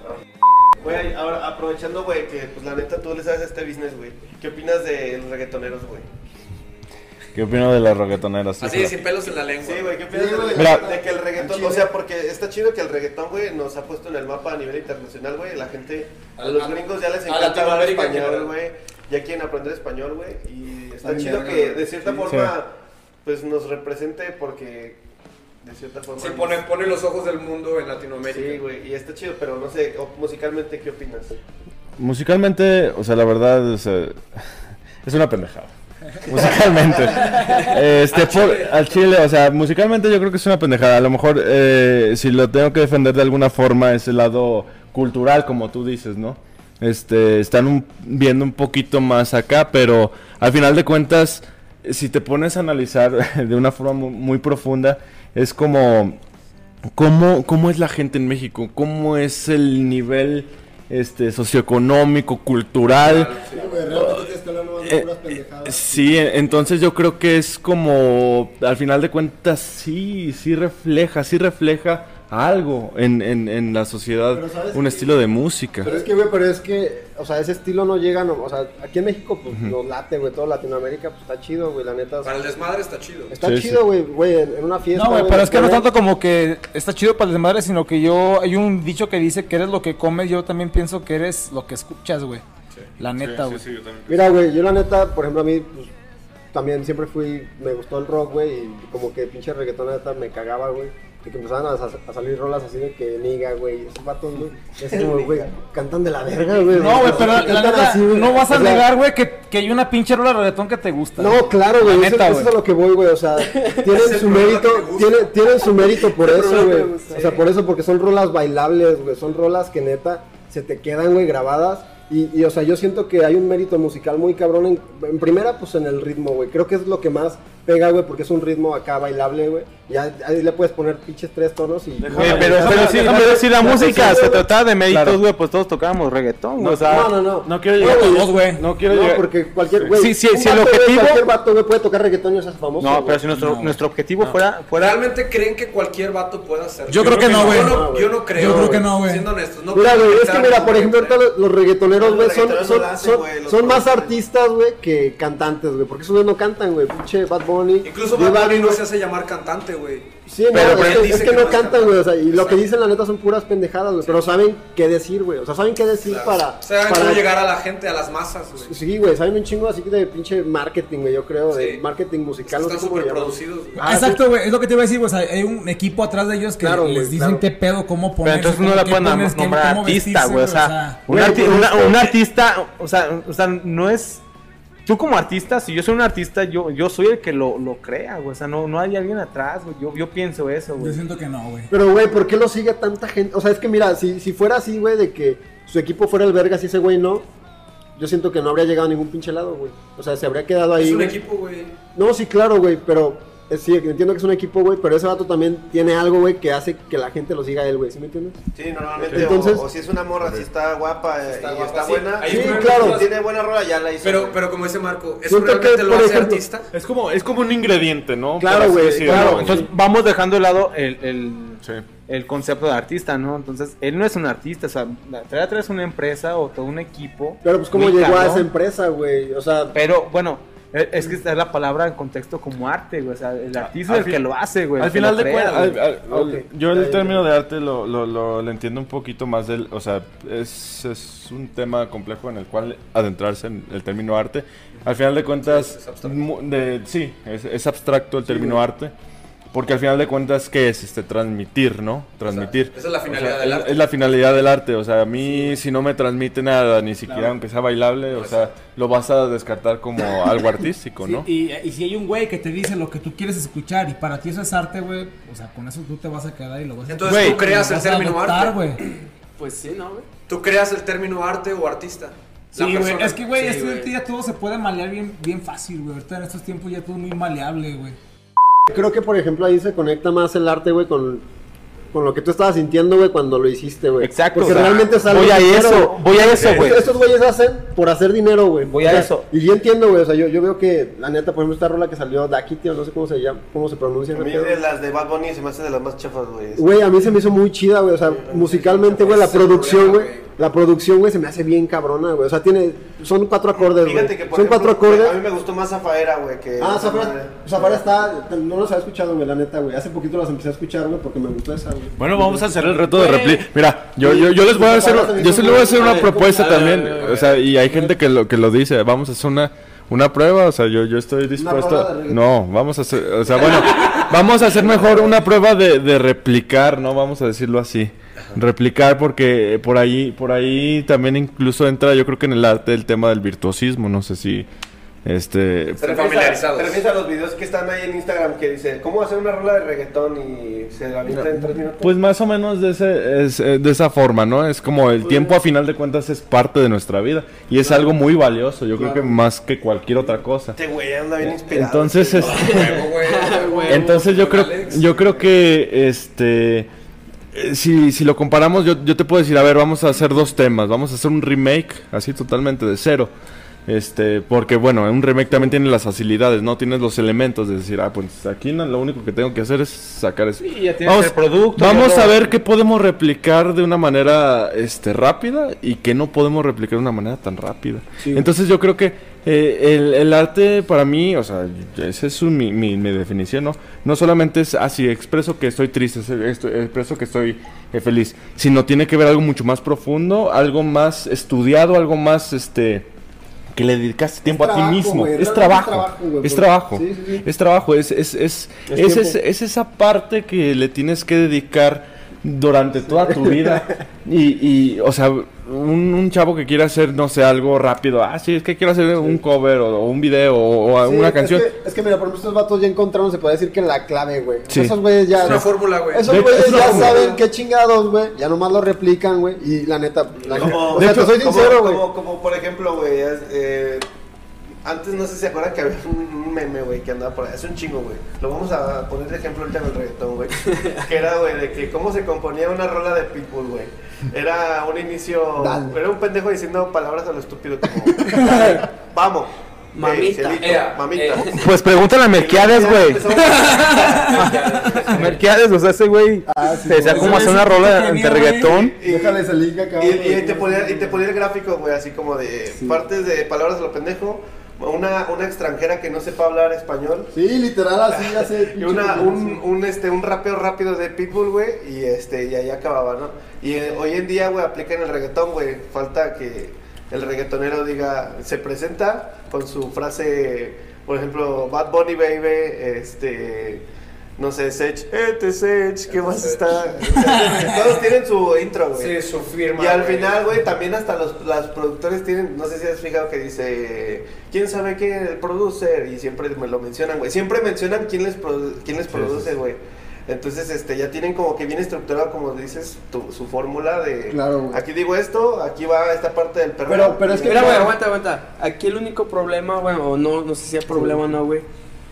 Güey, ahora aprovechando, güey, que pues la neta tú le sabes a este business, güey. ¿Qué opinas de los reggaetoneros, güey? ¿Qué opino de las reggaetoneras? Así, sin pelos en la lengua. Sí, güey, ¿qué opinas Sí, de, güey. Mira. de que el reggaetón, o sea, porque está chido que el reggaetón, güey, nos ha puesto en el mapa a nivel internacional, güey. La gente, a los A- gringos ya les a encanta hablar Latinoamérica, español, que- güey. Ya quieren aprender español, güey. Y está Ay, chido verga, que güey. de cierta Sí. forma, pues nos represente porque de cierta forma. Sí, pone, pone los ojos del mundo en Latinoamérica. Sí, güey, y está chido, pero no sé, o- musicalmente, ¿qué opinas? Musicalmente, o sea, la verdad, o sea, es una pendejada. Musicalmente. Este, Al por- chile. al chile, o sea, musicalmente yo creo que es una pendejada. A lo mejor, eh, si lo tengo que defender de alguna forma, es el lado cultural, como tú dices, ¿no? este, están un- viendo un poquito más acá, pero al final de cuentas, si te pones a analizar de una forma mu- muy profunda, es como, ¿cómo, cómo es la gente en México? ¿Cómo es el nivel este, socioeconómico, cultural? Sí, güey, realmente tienes que hablar nomás de puras pendejadas. Sí, e- entonces yo creo que es como, al final de cuentas, sí, sí refleja, sí refleja algo en, en, en la sociedad, Pero ¿sabes un qué? estilo de música. Pero es que, güey, pero es que, o sea, ese estilo no llega, no, o sea, aquí en México, pues, nos late, güey, todo Latinoamérica, pues, está chido, güey, la neta. Para el desmadre está chido. Está Sí, chido, sí. güey, güey, en, en una fiesta. No, güey, güey, pero es que no poner- tanto como que está chido para el desmadre, sino que yo, hay un dicho que dice que eres lo que comes, yo también pienso que eres lo que escuchas, güey. La neta, güey. Mira, güey, yo la neta, por ejemplo, a mí, pues, también siempre fui, me gustó el rock, güey, y como que pinche reggaetón, la neta, me cagaba, güey. Y que empezaban a, a salir rolas así de que niga, güey, esos vatos, güey, es como, güey, cantan de la verga, güey. No, güey, pero la Cantan neta, así, güey. no vas a O sea, negar, güey, que, que hay una pinche rola de reggaetón que te gusta. No, claro, güey, La eso, neta, eso es a güey. lo que voy, güey, o sea, tienen el su problema mérito, que me gusta. tienen, tienen su mérito por El eso, problema que güey. me gusta. O sea, por eso, porque son rolas bailables, güey, son rolas que neta se te quedan, güey, grabadas. Y, y, o sea, yo siento que hay un mérito musical muy cabrón en, en primera, pues en el ritmo, güey. Creo que es lo que más pega, güey, porque es un ritmo acá bailable, güey. Ya ahí le puedes poner pinches tres tonos y... Güey, pero, pero si, pero si la música se trataba de méritos, güey, pues todos tocábamos reggaetón, güey, o sea... No, no, no. No quiero No, llegar güey, Todos, güey. No quiero No, llegar... porque cualquier, güey, Sí, sí, un sí, el vato, güey, objetivo- cualquier vato, güey, puede tocar reggaetón y hacerse famoso. No, güey. pero si nuestro, No. nuestro objetivo fuera, fuera... ¿Realmente creen que cualquier vato pueda hacerlo? Yo creo que no, güey. Yo No, no, güey. yo no creo. Yo creo que güey. no, güey. Siendo honestos. No Mira, creo güey, es que sea mira, algo por ejemplo, que- ahorita los, los reggaetoneros, Los güey, son, reggaetoneros son, no la hacen, son, güey, los son más productores. artistas, güey, que cantantes, güey. Porque esos güey no cantan, güey. Pinche Bad Bunny. Incluso J Bad Bunny no güey. se hace llamar cantante, güey. Sí, no, Pero- es, pero él que, dice es que que no no es cantan, güey. O sea, y lo que Exacto. dicen, la neta, son puras pendejadas, güey. Pero saben qué decir, güey. O sea, saben qué decir Claro. para. Saben para cómo llegar a la gente, a las masas, güey. Sí, güey, saben un chingo así de pinche marketing, güey, yo creo. De Sí. marketing musical, no Están sé cómo súper le llaman. producidos, güey. Ah, Exacto, güey, es lo que te iba a decir, güey, o sea, hay un equipo atrás de ellos que Claro, les güey, dicen claro. qué pedo, cómo Pero ponerse, entonces no cómo- la qué pueden nam- ponerse, nombrar cómo artista, vestirse, güey, o sea, un, güey, arti- pues, una- este- un artista, o sea, o sea, no es... Tú como artista, si yo soy un artista, yo, yo soy el que lo, lo crea, güey, o sea, no, no hay alguien atrás, güey, yo, yo pienso eso, Yo güey. siento que no, güey. Pero, güey, ¿por qué lo sigue tanta gente? O sea, es que mira, si, si fuera así, güey, de que su equipo fuera el verga, si ese güey no, yo siento que no habría llegado a ningún pinche lado, güey. O sea, se habría quedado ahí. Es un güey. equipo, güey. No, sí, claro, güey, pero eh, sí, entiendo que es un equipo, güey, pero ese vato también tiene algo, güey, que hace que la gente lo siga a él, güey, ¿sí me entiendes? Sí, normalmente, Entonces- o, o si es una morra, si está guapa eh, Está y guapa, está sí. buena, Ahí Sí, fue- claro. si tiene buena rola, ya la hizo. Pero, güey. pero como dice Marco, ¿eso Siento que, realmente lo por hace ejemplo- artista? Es como, es como un ingrediente, ¿no? Claro, Por así güey, decirlo. claro. Entonces vamos dejando de lado el, el, Sí. el concepto de artista, ¿no? Entonces, él no es un artista, o sea, trae atrás una empresa o todo un equipo. Pero pues cómo muy llegó a cabrón. esa empresa, güey, o sea, Pero bueno, e- es que está la palabra en contexto como arte, güey. O sea, el artista Al es el fin- que lo hace, güey. Al el que final lo de crea, cuentas, güey. al- al- Ok. yo Ya, el ya, término ya. de arte lo, lo, lo, lo entiendo un poquito más del, o sea, es, es un tema complejo en el cual adentrarse en el término arte. Al final de cuentas, es abstracto. mu- de, sí, es, es abstracto el término arte. Porque al final de cuentas, ¿qué es? Este, transmitir, ¿no? Transmitir. Esa es la O finalidad sea, del es- arte. Es la finalidad del arte. O sea, a mí, si no me transmite nada, ni siquiera aunque sea bailable, o sea, lo vas a descartar como algo artístico, ¿no? Sí, y, y si hay un güey que te dice lo que tú quieres escuchar y para ti eso es arte, güey, o sea, con eso tú te vas a quedar y lo vas a Entonces, Güey, ¿tú creas lo el vas a término adoptar, arte? güey. Pues sí, ¿no, güey? ¿Tú creas el término arte o artista? La Sí, güey, persona. es que, güey, Sí, este güey. día todo se puede malear bien, bien fácil, güey. Ahorita en estos tiempos ya todo es muy maleable, güey. creo que por ejemplo ahí se conecta más el arte, güey, con, con lo que tú estabas sintiendo, güey, cuando lo hiciste, güey. Exacto, Porque o sea, realmente es algo voy a sincero, eso, güey. voy a eso, güey. Estos- Estos güeyes hacen por hacer dinero, güey. Voy O a sea, eso. Y yo entiendo, güey, o sea, yo, yo veo que, la neta, por ejemplo, esta rola que salió, Dakiti, o no sé cómo se llama, cómo se pronuncia. A ese mí pedo. de las de Bad Bunny se me hace de las más chafas, güey. Güey, a mí se me hizo muy chida, güey, o sea, musicalmente, güey, la Ese es el producción, problema, güey. güey. La producción, güey, se me hace bien cabrona, güey. O sea, tiene, son cuatro acordes, güey. Fíjate que por Son ejemplo, cuatro acordes. a mí me gustó más Zafaera, güey, que Ah, esa madre. Zafara, Zafara está, no los había escuchado, güey, la neta, güey. Hace poquito las empecé a escuchar, güey, porque me gustó esa, güey. Bueno, vamos a hacer el reto de réplica. Mira, yo, yo, yo les voy a hacer, yo se les voy a hacer una propuesta también, o sea, y hay gente que lo que lo dice, vamos a hacer una una prueba, o sea, yo yo estoy dispuesto. prueba de reggaetón. No, vamos a hacer, o sea, bueno, vamos a hacer mejor una prueba de, de replicar, no vamos a decirlo así. Replicar porque por ahí por ahí también incluso entra, yo creo que en el arte el tema del virtuosismo, no sé si Este, Están familiarizados. Te refieres a los videos que están ahí en Instagram que dice cómo hacer una rola de reggaetón y se la avienta en tres minutos. pues más o menos de, ese, es, eh, de esa forma, ¿no? Es como el tiempo a final de cuentas es parte de nuestra vida y es algo muy valioso, yo creo que más que cualquier otra cosa. Este güey anda bien inspirado. Entonces, es, Huevo, güey. entonces yo creo, yo creo que este, eh, si, si lo comparamos, yo, yo te puedo decir, a ver, vamos a hacer dos temas, vamos a hacer un remake así totalmente de cero. Este, porque bueno, un remake también tiene las facilidades, ¿no? Tienes los elementos de decir, ah, pues aquí no, lo único que tengo que hacer es sacar eso. Sí, ya tienes Vamos, el producto. vamos ya a lo- ver qué podemos replicar de una manera este, rápida y qué no podemos replicar de una manera tan rápida. Entonces yo creo que eh, el, el arte para mí, o sea, esa es un- mi, mi, mi definición, ¿no? No solamente es así, expreso que estoy triste, estoy- expreso que estoy eh, feliz, sino tiene que ver algo mucho más profundo, algo más estudiado, algo más, este... que le dedicaste tiempo a ti trabajo, mismo. güey, Es realmente trabajo. es trabajo, güey, Es porque- trabajo. sí, sí, sí. Es trabajo. Es, es, es, Es es, es, tiempo. es esa parte que le tienes que dedicar durante toda tu vida. Y, y o sea, un, un chavo que quiera hacer, no sé, algo rápido. Ah, sí, es que quiero hacer un cover o, o un video o, o Sí, una es canción. que, es que mira, por ejemplo, estos vatos ya encontraron, se puede decir que la clave, güey. O sea, Sí. esos güeyes ya. Es una fórmula, güey. Esos De- güeyes es una ya fórmula. saben qué chingados, güey. Ya nomás lo replican, güey. Y la neta, la Como, o sea, te soy como- sincero, güey. como, como por ejemplo, güey, es, eh, antes no sé si se acuerdan que había un un meme, güey, que andaba por ahí, es un chingo, güey. Lo vamos a poner de ejemplo ahorita en el reggaetón, güey. Que era, güey, de que cómo se componía una rola de Pitbull, güey. Era un inicio, Dale. era un pendejo diciendo palabras a lo estúpido como, vamos. Mamita. Ey, cielito, Ea, mamita. eh. Pues pregúntale a Melquiades, güey. Empezamos- Melquiades, o sea, ese güey Ah, sí, se decía güey. cómo hacer una rola de reggaetón. Y- Déjales el link acá. Y, güey. y te ponía, y te ponía el gráfico, güey, así como de partes de palabras a lo pendejo. Una, una extranjera que no sepa hablar español. Sí, literal, así ya sé. Y una, un, un, este, un rapeo rápido de Pitbull, güey, y este, y ahí acababa, ¿no? Y eh, hoy en día, güey, aplica en el reggaetón, güey. Falta que el reggaetonero diga, se presenta con su frase, por ejemplo, Bad Bunny, baby, este, no sé, Sech, este Sech, ¿qué más está? O sea, todos tienen su intro, güey. Sí, su firma. Y al güey. final, güey, también hasta los, los productores tienen, no sé si has fijado que dice, ¿quién sabe qué? El producer, y siempre me lo mencionan, güey. Siempre mencionan quién les, produ- quién les produce, güey. Entonces, este, ya tienen como que bien estructurado, como dices, tu, su fórmula de, Claro, güey. aquí digo esto, aquí va esta parte del perreo. Pero- pero es que- Mira, güey, aguanta, aguanta. Aquí el único problema, bueno, o no, no sé si hay problema o no, güey.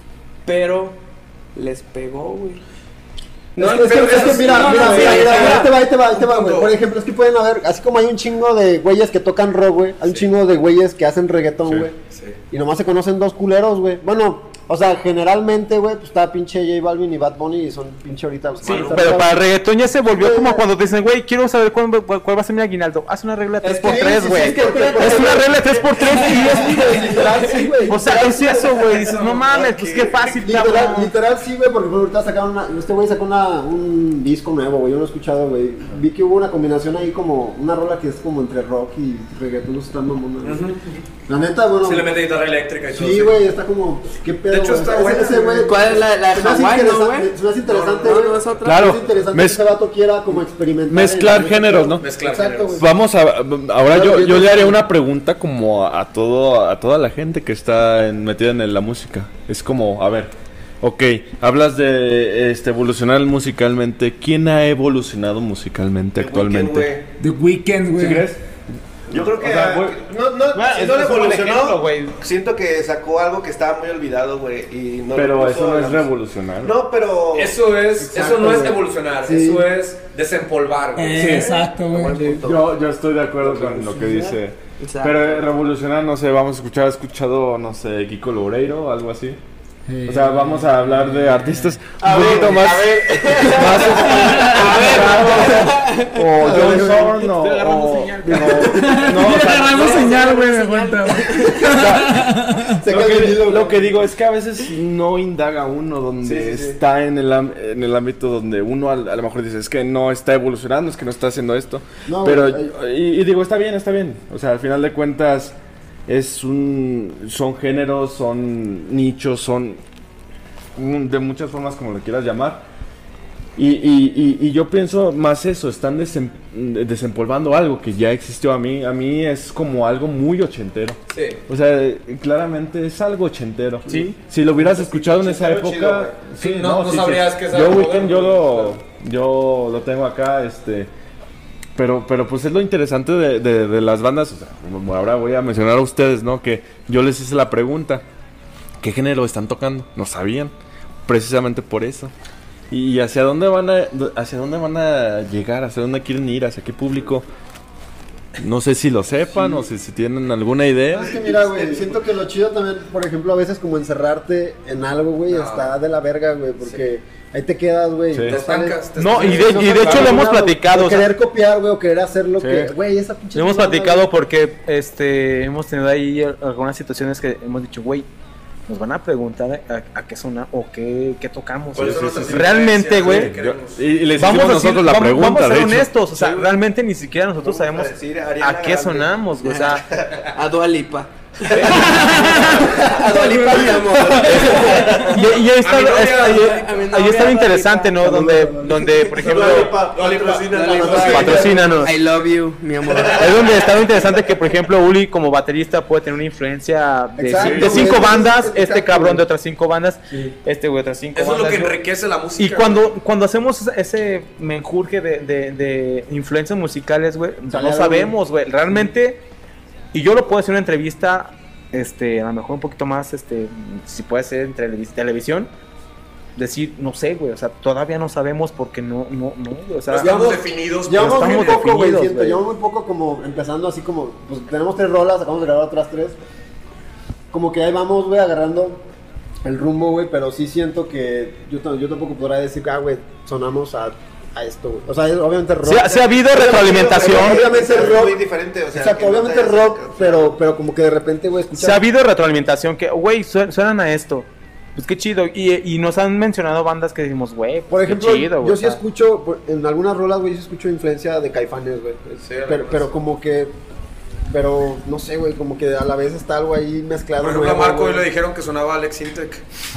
Pero les pegó, güey. No, No, es que, pero es que eso sí, mira, no, mira, no, mira, sí, mira, sí, ahí te va, ahí te va, ahí te va, un güey. punto. Por ejemplo, es que pueden haber, así como hay un chingo de güeyes que tocan rock, güey, hay un chingo de güeyes que hacen reggaetón, güey. Sí. Y nomás se conocen dos culeros, güey. Bueno, o sea, generalmente, güey, pues está pinche J Balvin y Bad Bunny y son pinche ahorita. Sí, pero para el reggaetón ya se volvió como cuando te dicen, güey, quiero saber cuál, cuál, cuál va a ser mi aguinaldo. Haz una regla de tres por tres, güey. Es una regla de tres por tres y es literal, sí, güey. O sea, es eso, güey. Dices, no mames, pues qué fácil, Literal, cabrón. literal sí, güey, porque bueno, ahorita sacaron una, este güey sacó una, un disco nuevo, güey, yo no he escuchado, güey. Vi que hubo una combinación ahí como, una rola que es como entre rock y reggaetón, no está mamona, güey. La neta, bueno. Sí, le mete guitarra eléctrica y todo. Sí, güey, está como, qué pedo, De hecho, güey. está Ese- buena, ese güey- ¿Cuál es la- la se me hace Hawái, no, interesante- güey? Se me hace interesante, No, no, güey. no es otra. Claro. Se me hace interesante Mez- que ese vato quiera como experimentar. Mezclar en- géneros, ¿no? Mezclar Exacto, géneros. güey. Vamos a ahora yo, yo le haré una pregunta como a, a todo a toda la gente que está en- metida en la música. Es como, a ver, ok, hablas de este evolucionar musicalmente. ¿Quién ha evolucionado musicalmente The actualmente? Weeknd, güey. The Weeknd, güey. ¿Sí crees? Yo creo que O sea, ah, güey, no, no, Bueno, si es- no le es un buen evolucionó, ejemplo, güey. siento que sacó algo que estaba muy olvidado, güey, y no lo Pero puso eso no en es la- revolucionar. No, pero Eso es, Exacto, eso no es güey. evolucionar, Sí. eso es desempolvar, güey. Eh, Exacto, güey. Buen punto. Yo, yo estoy de acuerdo con lo que dice. Exacto. Pero eh, revolucionar, no sé, vamos a escuchar, ¿has escuchado, no sé, Kiko Loureiro o algo así? O sea, vamos a hablar de artistas un poquito más. más o John Zorn o. Estoy agarrando o- señal. digo, no, o sea, Agarrando señal, güey, me cuenta, güey. Se lo, cae el que, hilo, lo güey. que digo es que a veces no indaga uno donde Sí, sí, sí. está en el, am- en el ámbito donde uno al- a, lo mejor dice es que no está evolucionando, es que no está haciendo esto. No, Pero, güey, y, y digo, está bien, está bien. O sea, al final de cuentas, es un, son géneros, son nichos, son un- de muchas formas como lo quieras llamar. Y, y, y, y yo pienso más eso, están desem- desempolvando algo que ya existió. A mí, a mí es como algo muy ochentero. Sí. O sea, claramente es algo ochentero. Sí. Si lo hubieras escuchado en esa ochentero chido, época, güey. sí, No- no sí, sabrías sí. que es Yo algo Weeknd, yo moderno, lo, yo lo tengo acá, este, pero, pero pues es lo interesante de, de, de las bandas. O sea, como ahora voy a mencionar a ustedes, ¿no? Que yo les hice la pregunta, ¿qué género están tocando? No sabían, precisamente por eso. ¿Y hacia dónde van a hacia dónde van a llegar? ¿Hacia dónde quieren ir? ¿Hacia qué público? No sé si lo sepan o si, si tienen alguna idea. Es que mira, güey, siento que lo chido también, por ejemplo, a veces como encerrarte en algo, güey, No. está de la verga, güey, porque ahí te quedas, güey. Sí. no Te sales- estancas, te No, y estancas. de, y de hecho lo hemos platicado. O o sea, querer copiar, güey, o querer hacer lo Sí. que, güey, esa pinche... lo hemos mamada, platicado güey. porque este hemos tenido ahí algunas situaciones que hemos dicho, güey, nos van a preguntar a, a qué suena o qué, qué tocamos. ¿Cuáles son Sí, sí, nuestras sí. Realmente, influencias? güey, ¿Qué queremos? Y, y les vamos hicimos a decir- nosotros la vamos- pregunta, vamos a ser de hecho. honestos, o sea, Sí, güey. realmente ni siquiera nosotros Vamos a sabemos decir Ariana a qué Grande. sonamos, güey, o sea, A Dua Lipa. A Dua Lipa, mi amor. y, y ahí está, A mi novia, está- ahí- a mi ahí novia, está lo interesante, ¿no? Saludos, Donde, saludos. donde, por ejemplo, patrocínanos. I love you, mi amor. Es donde está lo interesante que, por ejemplo, Uli como baterista puede tener una influencia de, Exacto, de cinco güey. bandas, Exacto, este cabrón güey. de otras cinco bandas, este güey de otras cinco Eso es lo bandas. que güey. enriquece la música. Y cuando, cuando hacemos ese- ese menjurje de, de, de influencias musicales, güey, Sale no algo, sabemos, güey, realmente, y yo lo puedo decir en una entrevista, este, a lo mejor un poquito más, este, si puede ser en televis- televisión, decir, no sé, güey, o sea, todavía no sabemos porque no, no, no, güey, o sea, No estamos definidos. Llevamos estamos muy poco, güey, definidos, siento, güey. llevamos muy poco como empezando así como, pues tenemos tres rolas, acabamos de grabar otras tres, como que ahí vamos, güey, agarrando el rumbo, güey, pero sí siento que yo, t- yo tampoco podría decir, ah, güey, sonamos a, a esto, güey, o sea, es- obviamente rock. Sí ha- sí ha habido retroalimentación. Obviamente Es rock, muy diferente, o sea, exacto, que no obviamente te- rock, pero, pero como que de repente, güey, escuchas... Se ha habido retroalimentación que, güey, su- suenan a esto. Pues qué chido. Y, y nos han mencionado bandas que decimos, güey, Por qué ejemplo, chido, güey, yo o sí sea. escucho, por- en algunas rolas, güey, yo sí escucho influencia de Caifanes, güey. Sí, pero, algunas. pero como que, pero no sé, güey, como que a la vez está algo ahí mezclado. Por ejemplo, a nuevo, Marco hoy güey. le dijeron que sonaba Alex Intec.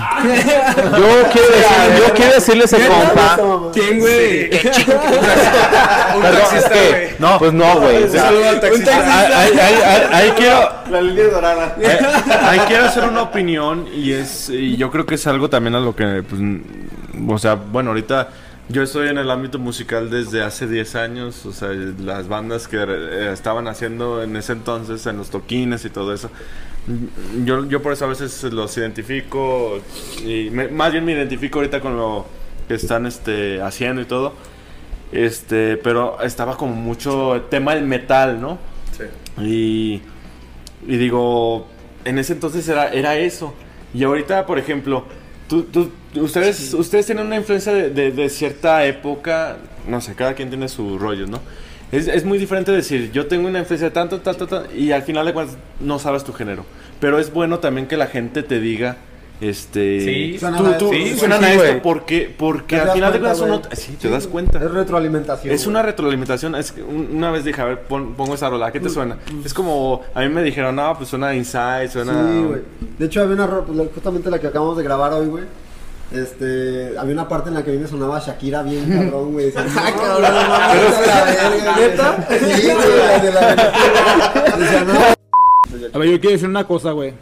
Yo quiero decir, yo quiero decirle a ese compa. ¿Quién, güey? Un Perdón, taxista, es que- güey. no, pues no, güey. o sea, saludo al taxista. Ahí, ahí- ahí- ahí- ahí quiero, La línea dorada. eh, ahí quiero hacer una opinión y es y yo creo que es algo también a lo que, pues, mm, o sea, bueno, ahorita yo estoy en el ámbito musical desde hace diez años, o sea, las bandas que eh, estaban haciendo en ese entonces, en los toquines y todo eso, mm, yo, yo por eso a veces los identifico, y me- más bien me identifico ahorita con lo que están este, haciendo y todo, este, pero estaba como mucho el tema del metal, ¿no? Sí. Y, y digo, en ese entonces era, era eso. Y ahorita, por ejemplo, tú, tú- ustedes, ustedes tienen una influencia de, de- de cierta época, no sé, cada quien tiene su rollo, ¿no? Es, es muy diferente decir, yo tengo una influencia de tanto, tanto, tanto, y al final de cuentas no sabes tu género. Pero es bueno también que la gente te diga, este... Sí, tú, suenan a tú- esto. Sí, suenan sí, a güey. esto, porque, porque Te al das final de cuenta, cuentas uno... güey. Sí, te das cuenta. Es retroalimentación. Es güey. una retroalimentación. Es que un- una vez dije, a ver, pon- pongo esa rola, ¿a qué te suena? Es como, a mí me dijeron, no, pues suena a Inside, suena... Sí, güey. De hecho, había una rola, pues, justamente la que acabamos de grabar hoy, güey. Este, había una parte en la que a mí me sonaba Shakira bien cabrón, güey. Decía, Ah, no, cabrón, no, no no, mames, no, la verga, güey. ¿neta? Sí, güey, la de la Venezuela. Decía, no. A ver, yo quiero decir una cosa, güey.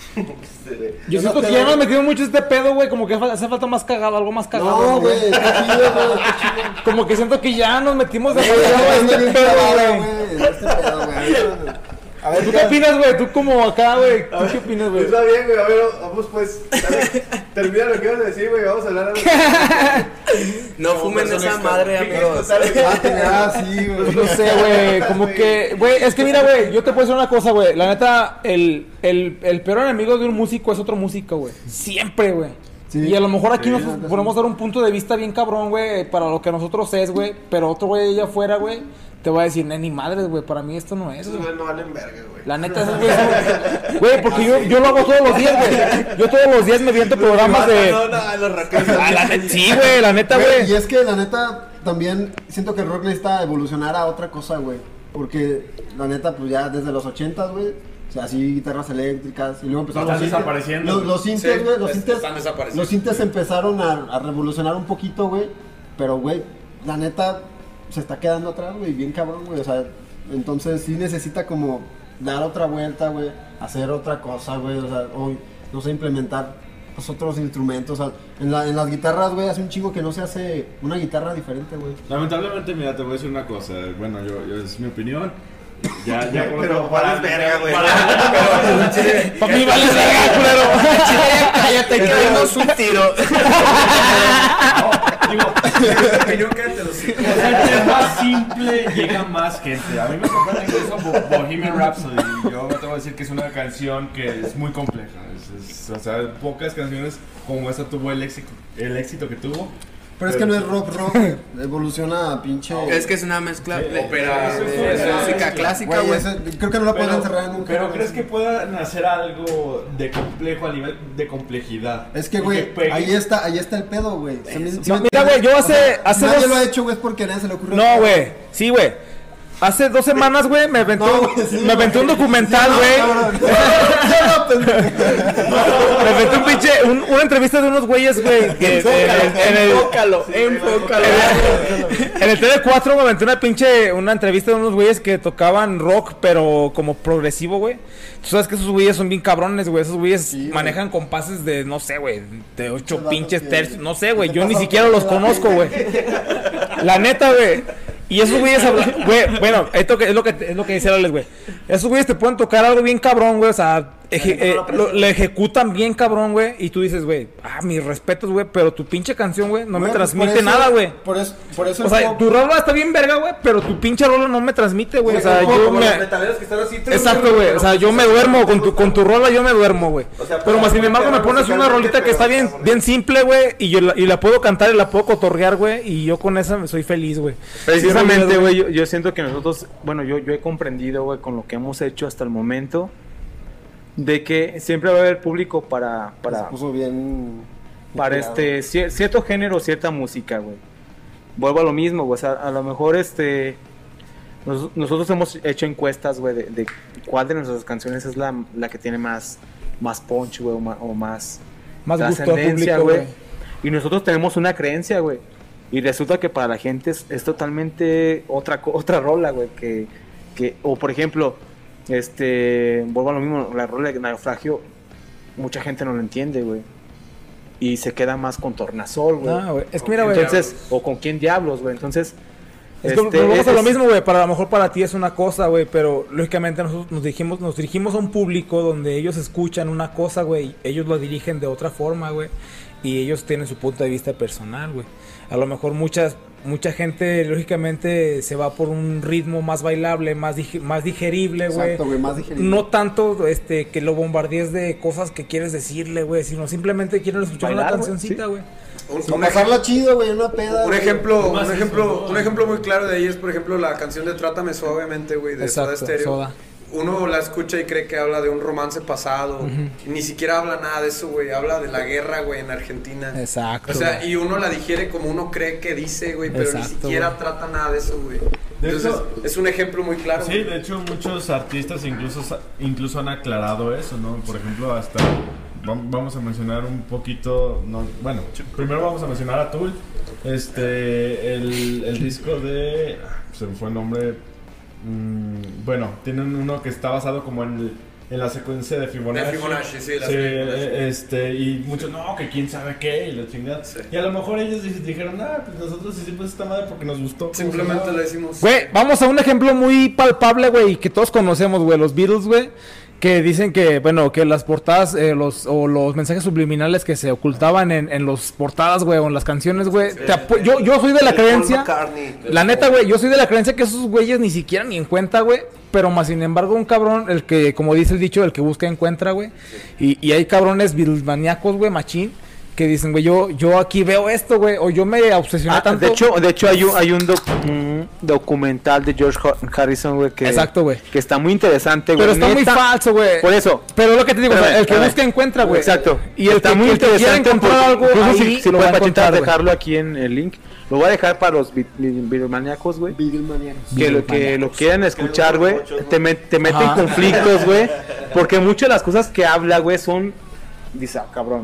Yo siento que ya nos metimos mucho este pedo, güey. Como que fa- hace falta más cagado, algo más cagado. No, güey, está chido, güey, está chido. Como que siento que ya nos metimos de Güey, lleno ya en estoy este bien pedo, clavado, güey. güey, este pedo, güey. A ver, ¿Tú qué opinas, güey? Tú como acá, güey. ¿Tú qué opinas, güey? Está bien, güey, a ver, vamos pues. dale, termina lo que ibas a decir, güey, vamos a hablar algo. No fumen esa madre, amigos. Ah, tenía, sí, güey. Pues no sé, güey, como que, güey, es que mira, güey, yo te puedo decir una cosa, güey, la neta, el, el, el peor enemigo de un músico es otro músico, güey, siempre, güey. Sí. Y a lo mejor aquí Sí, nos la neta, podemos sí. dar un punto de vista bien cabrón, güey, para lo que nosotros es, güey, pero otro güey allá afuera, güey, te va a decir, ni madres, güey, para mí esto no es, Esos güey. güey no valen verga, güey. La neta, esos güeyes son- güey, porque yo, yo lo hago todos los días, güey. Yo todos los días me viento programas de... No, no, los rockeros. Ah, la neta, sí, güey, la neta, Güey, güey. y es que la neta también siento que el rock necesita evolucionar a otra cosa, güey. Porque la neta, pues ya desde los ochentas, güey. O sea, así guitarras eléctricas. Y luego empezaron Están los sintes. desapareciendo, Los, güey. los sintes, Sí, güey. Los es- sintes. están desapareciendo. Los sintes empezaron a, a revolucionar un poquito, güey. pero, güey, la neta se está quedando atrás, güey, bien cabrón, güey. O sea, entonces sí necesita como dar otra vuelta, güey, hacer otra cosa, güey. O sea, o, no sé, implementar pues, otros instrumentos. O sea, en, la, en las guitarras, güey, hace un chingo que no se hace una guitarra diferente, güey. Lamentablemente, mira, te voy a decir una cosa. Bueno, yo, yo es mi opinión. Ya, ya, por Pero vales verga, güey. Para mí vales verga, culero. Cállate, que denos un tiro. Digo, o sea, que es más simple, llega más gente. A mí me sorprende incluso Bo- Bohemian Rhapsody. Yo me tengo que decir que es una canción que es muy compleja. Es, es, o sea, pocas canciones como esa tuvo el éxito, el éxito que tuvo. Pero es que no es rock, rock, evoluciona a pinche... Es que es una mezcla de, ópera, de- de- de de- música de- clásica, Güey, güey. ese- creo que no la pueden Pero, encerrar en un pero género, ¿crees así. que puedan hacer algo de complejo a nivel de complejidad? Es que, Y güey, pegue? ahí está, ahí está el pedo, güey. ¿Sí me- sí No, me mira, entiendes? güey, yo hace- O sea, hace nadie dos- lo ha hecho, güey, es porque a nadie se le ocurre. No, güey. Sí, güey. Hace dos semanas, güey, me aventé, No, un- güey, sí, me aventé un güey. documental, Sí, güey. no, cabrón. Me aventé un pinche, un- una entrevista de unos güeyes, güey, que en el, en el, Enfócalo, enfócalo. en el T V cuatro me aventé una pinche, una entrevista de unos güeyes que tocaban rock, pero como progresivo, güey. Tú sabes que esos güeyes son bien cabrones, güey. Esos güeyes Sí, güey. manejan compases de, no sé, güey, de ocho Esos pinches vatos que- tercios. No sé, güey, ¿qué yo te ni pasa? siquiera los conozco, güey. La neta, güey. Y esos güeyes hablan, güey, bueno, esto que es lo que es lo que dice Alex, güey. Esos güeyes te pueden tocar algo bien cabrón, güey, o sea, eje- eh, lo, le ejecutan bien cabrón, güey, y tú dices, güey, ah, mis respetos, güey, pero tu pinche canción, güey, no me Güey, pues, transmite por eso- nada, güey. Por eso, por eso O el sea, pop- tu rola está bien verga, güey, pero tu pinche rola no me transmite, güey. O sea, Como- yo como me... los metaleros que están así. Exacto, güey. O sea, yo me duermo con tu, con tu rola, yo me duermo, güey. O sea, Pero para más sin mí embargo me queda pones una musicalmente, rolita que pero está bien, está bonito. bien simple, güey, y yo la, y la puedo cantar y la puedo cotorrear, güey, y yo con esa soy feliz, güey. Precisamente, güey, yo, yo siento que nosotros, bueno, yo, yo he comprendido, güey, con lo que hemos hecho hasta el momento, de que siempre va a haber público para, se para, puso bien... para pegado. este cier- cierto género, cierta música, güey. Vuelvo a lo mismo, güey, o sea, a lo mejor este nos- nosotros hemos hecho encuestas, güey, de, de cuál de nuestras canciones es la, la que tiene más más punch, güey, o, ma- o más Más gusto al trascendencia, público, güey. Y nosotros tenemos una creencia, güey. Y resulta que para la gente es, es totalmente otra co- otra rola, güey, que que o por ejemplo, este, vuelvo a lo mismo, la rola de Naufragio, mucha gente no lo entiende, güey. Y se queda más con Tornasol, güey. No, güey. Es que mira, güey. Entonces, o con quién diablos, güey. Entonces, Es que este, volvemos a es- lo mismo, güey. Para a lo mejor para ti es una cosa, güey. Pero lógicamente nosotros nos dirigimos, nos dirigimos a un público donde ellos escuchan una cosa, güey. y ellos lo dirigen de otra forma, güey. Y ellos tienen su punto de vista personal, güey. A lo mejor muchas, mucha gente, lógicamente, se va por un ritmo más bailable, más, dig- más digerible, güey. Exacto, güey, más digerible. No tanto este que lo bombardees de cosas que quieres decirle, güey. Sino simplemente quieren escuchar Bailar, una güey, cancioncita, güey. Un, Para un pasarla chido, güey, una peda. Un güey. ejemplo, Más un eso, ejemplo, ¿no? un ejemplo muy claro de ahí es, por ejemplo, la canción de Trátame Suavemente, güey, de Soda Exacto, Stereo. Soda. Uno la escucha y cree que habla de un romance pasado. Y ni siquiera habla nada de eso, güey. Habla de la guerra, güey, en Argentina. Exacto. O sea, güey. y uno la digiere como uno cree que dice, güey, pero ni Exacto, siquiera güey. trata nada de eso, güey. De Entonces, hecho- es un ejemplo muy claro. Sí, güey. de hecho muchos artistas incluso sa- incluso han aclarado eso, ¿no? Por ejemplo, hasta vam- vamos a mencionar un poquito, no, bueno, primero vamos a mencionar a Tool, este, el, el disco de, ah, se me fue el nombre, mm, bueno, tienen uno que está basado como en, el- en la secuencia de Fibonacci. De Fibonacci, sí, la Sí, Fibonacci. eh, este, y muchos, no, que quién sabe qué, y la chingada. Sí. Y a lo mejor ellos di- dijeron, ah, pues nosotros hicimos esta madre porque nos gustó. cómo Simplemente sonaba". le decimos. Güey, vamos a un ejemplo muy palpable, güey, que todos conocemos, güey, los Beatles, güey, que dicen que, bueno, que las portadas, eh, los, o los mensajes subliminales que se ocultaban en, en las portadas, güey, o en las canciones, güey, te apu- yo, yo soy de la El Paul creencia, McCartney. la neta, güey, yo soy de la creencia que esos güeyes ni siquiera ni en cuenta, güey, pero más sin embargo un cabrón, el que, como dice el dicho, el que busca encuentra, güey, y, y hay cabrones Beatlesmaníacos, güey, machín, que dicen, güey, yo, yo aquí veo esto, güey, o yo me obsesioné Ah, tanto. de hecho, de hecho hay un, hay un, doc- un documental de George Har- Harrison, güey, que, Exacto, güey. que está muy interesante, güey. Pero está muy neta. falso, güey. Por eso. Pero lo que te digo, o sea, Espérame, el que espérame. busca encuentra, güey. Exacto. Y el está que, muy el que quiera interesante encontrar porque algo incluso ahí, si, si lo va a puede encontrar, güey. dejarlo aquí en el link. Lo voy a dejar para los vi- vi- videomaníacos, güey. Beatlemaniacos. Que lo, que lo quieran escuchar, güey. Te, met- te meten Ajá. conflictos, güey. Porque muchas de las cosas que habla, güey, son... Dice, ah, cabrón.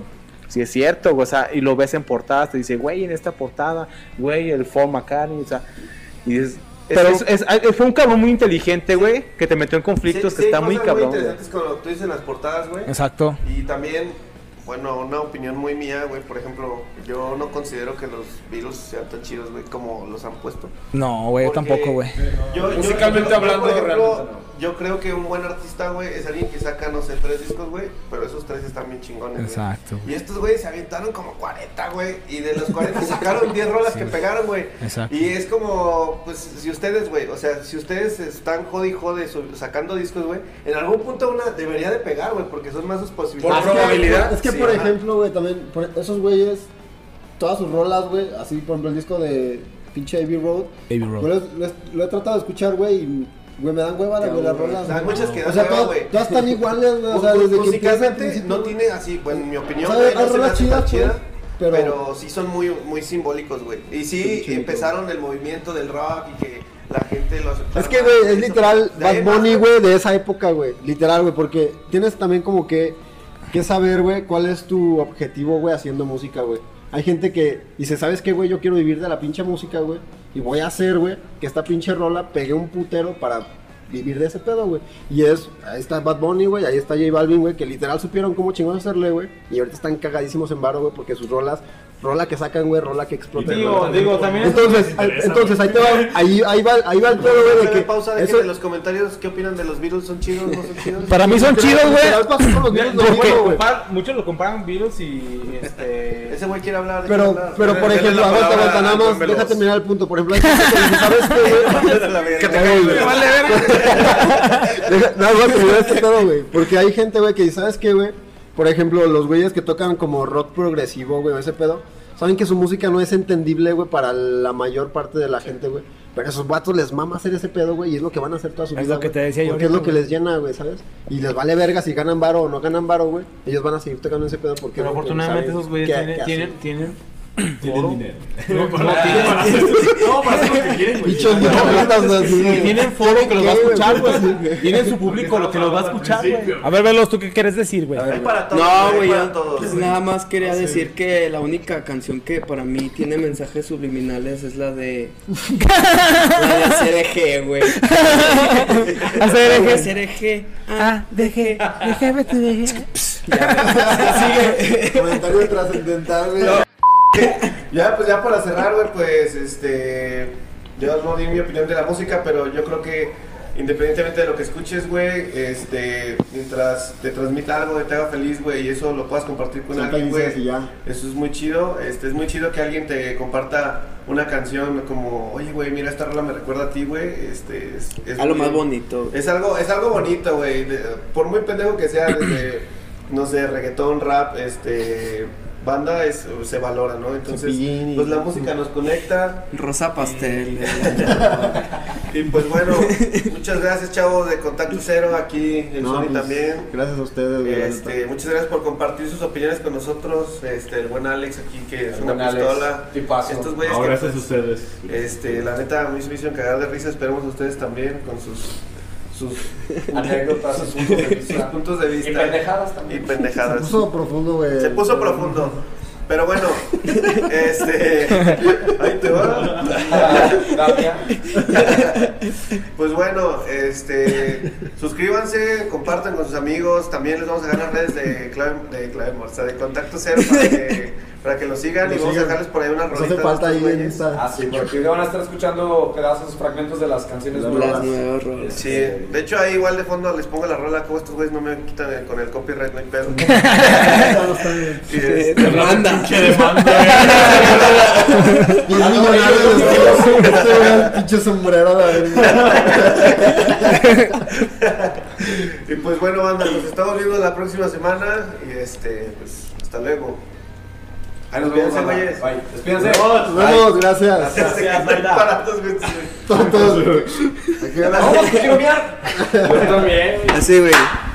sí es cierto, güey, o sea, y lo ves en portadas, te dice, güey, en esta portada, güey, el Paul McCartney, o sea, y dices, pero es, es, es, fue un cabrón muy inteligente, güey, que te metió en conflictos, Sí, que sí, está muy cosas cabrón, muy güey. interesantes con lo que tú dices en las portadas, güey. Exacto. Y también, bueno, una opinión muy mía, güey, por ejemplo, yo no considero que los Beatles sean tan chidos, güey, como los han puesto. No, güey, yo Porque tampoco, güey. Yo, yo- Musicalmente yo- yo, hablando, por ejemplo, realmente no. yo creo que un buen artista, güey, es alguien que saca, no sé, tres discos, güey, pero esos tres están bien chingones, güey. Exacto. Y estos güeyes se aventaron como cuarenta, güey, y de los cuarenta sacaron diez rolas que pegaron, güey. Exacto. Y es como, pues, si ustedes, güey, o sea, si ustedes están jode y jode su- sacando discos, güey, en algún punto una debería de pegar, güey, porque son más sus posibilidades. Por probabilidad. Es que, Sí, por ajá. ejemplo, güey, también, por- esos güeyes, todas sus rolas, güey, así, por ejemplo, el disco de pinche Abbey Road, Abbey Road. güey, lo, lo- lo he tratado de escuchar, güey, y, güey, me dan hueva, güey, las rolas. Hay muchas que O dan sea, hueva, todas, güey. todas están iguales, güey, o sea, Mu- desde que empieza al musicalmente principio, no tiene así, bueno, en mi opinión, O sea, güey, no hay se me rolas hace tan chidas, chida, pues, pero- pero sí son muy, muy simbólicos, güey. Y sí, Sí, empezaron el movimiento del rock y que la gente lo aceptaba. Es que, güey, es literal De ahí Bad Bunny, más, güey, de esa época, güey. Literal, güey, porque tienes también como que, que saber, güey, cuál es tu objetivo, güey, haciendo música, güey. Hay gente que dice, ¿sabes qué, güey? Yo quiero vivir de la pinche música, güey. Y voy a hacer, güey, que esta pinche rola pegue un putero para vivir de ese pedo, güey. Y es, ahí está Bad Bunny, güey, ahí está J Balvin, güey, que literal supieron cómo chingón hacerle, güey. Y ahorita están cagadísimos en varo, güey, porque sus rolas, rola que sacan, güey, rola que explota. Digo, digo, también es- Entonces, ahí- entonces ahí te va, ahí, ahí va, ahí va el pedo, güey, de Breve que pausa, dejen eso- en los comentarios qué opinan de los Beatles, ¿son chidos o no son chidos? Para mí son chidos, güey. Literal pasó con los Beatles, lo Porque mismo, güey. compar- muchos lo comparan Beatles y este Ese güey quiere hablar. déjalo Pero, hablar. pero por Denle ejemplo, la aguanta, palabra aguanta, nada al buen más, Veloz. deja terminar el punto. Por ejemplo, hay gente que dice, ¿sabes qué, güey? Que te Me vale Deja- No, voy a terminar este pedo, güey. Porque hay gente, güey, que dice, ¿sabes qué, güey? Por ejemplo, los güeyes que tocan como rock progresivo, güey, ese pedo, saben que su música no es entendible, güey, para la mayor parte de la gente, güey. Pero a esos vatos les mama hacer ese pedo, güey, y es lo que van a hacer toda su Es vida. lo que güey, te decía yo Porque es lo ahorita, que güey. les llena, güey, ¿sabes? Y les vale verga si ganan varo o no ganan varo, güey. Ellos van a seguir tocando ese pedo porque... pero es lo que afortunadamente saben esos güeyes que- tienen, que tienen, hacen. tienen Tienen dinero. No, no, tienen, No, para hacer lo que quieren, güey. Bichos hipócritas, güey, así. tienen foro que los va a ¿Qué, güey? escuchar, güey. Tienen su público lo que los va a escuchar, güey. A ver, Veloz, ¿tú qué quieres decir, güey? Hay para todos. No, hay güey, para yo todos. pues nada más quería decir que la única canción que para mí tiene mensajes subliminales es la de. La de C D G, güey. A C D G. La de C D G. Ah, dejé, dejé, vete, dejé. Comentario trascendental, güey. Ya, pues ya para cerrar, güey, pues este. Yo no di mi opinión de la música, pero yo creo que independientemente de lo que escuches, güey, este. Mientras te transmita algo, te haga feliz, güey, y eso lo puedas compartir con Son alguien, felices güey. y ya. Eso es muy chido. Este, es muy chido que alguien te comparta una canción como, oye, güey, mira, esta rola me recuerda a ti, güey. Este, es, es A lo muy- más bonito. Es algo, es algo bonito, güey. de- Por muy pendejo que sea, desde, no sé, reggaetón, rap, este, banda, es, se valora, ¿no? Entonces, Cepillín y- pues la música nos conecta. Rosa pastel. Y pues bueno, muchas gracias, chavos, de Contacto Cero, aquí en No, Sony pues, también. Gracias a ustedes, güey. la Este, neta. muchas gracias por compartir sus opiniones con nosotros. Este, el buen Alex aquí, que es El una buen Alex, pistola. tipazo. Estos güeyes No, que, gracias a pues, ustedes. este, la neta, a mí se me hicieron cagar de risa. Esperemos a ustedes también con sus, sus Anécdotas, sus puntos de vista. sus puntos de vista. Y pendejadas Y también. Se pendejadas. puso profundo, güey. Se puso profundo. Pero bueno, este. Ahí te va. Pues bueno, este. Suscríbanse, compartan con sus amigos. También les vamos a dejar las redes de Clave, de Clave Morsa, de Contacto Cero para que, para que lo sigan. Lo y vamos a sigan. dejarles por ahí unas Nos rolitas. hace falta de ahí estos en güeyes. Insta. Ah, sí, porque van a estar escuchando pedazos, fragmentos de las canciones Las nuevas. nuevas rolas. Sí, de hecho ahí igual de fondo les pongo la rola, como estos güeyes no me quitan el- con el copyright, no hay pedo. Y Eh, este, Te manda. Y el millonario de los dos, este, güey, el pinche sombrero, la verga. Y pues bueno, banda, nos estamos viendo la próxima semana y este, pues hasta luego. Ahí nos vemos, Despídense, banda. güeyes. Bye. Despídense. Nos vemos, gracias. Gracias, baratos, güey. Todos. Aquí, Vamos, quiero mirar. Yo también. Así, güey.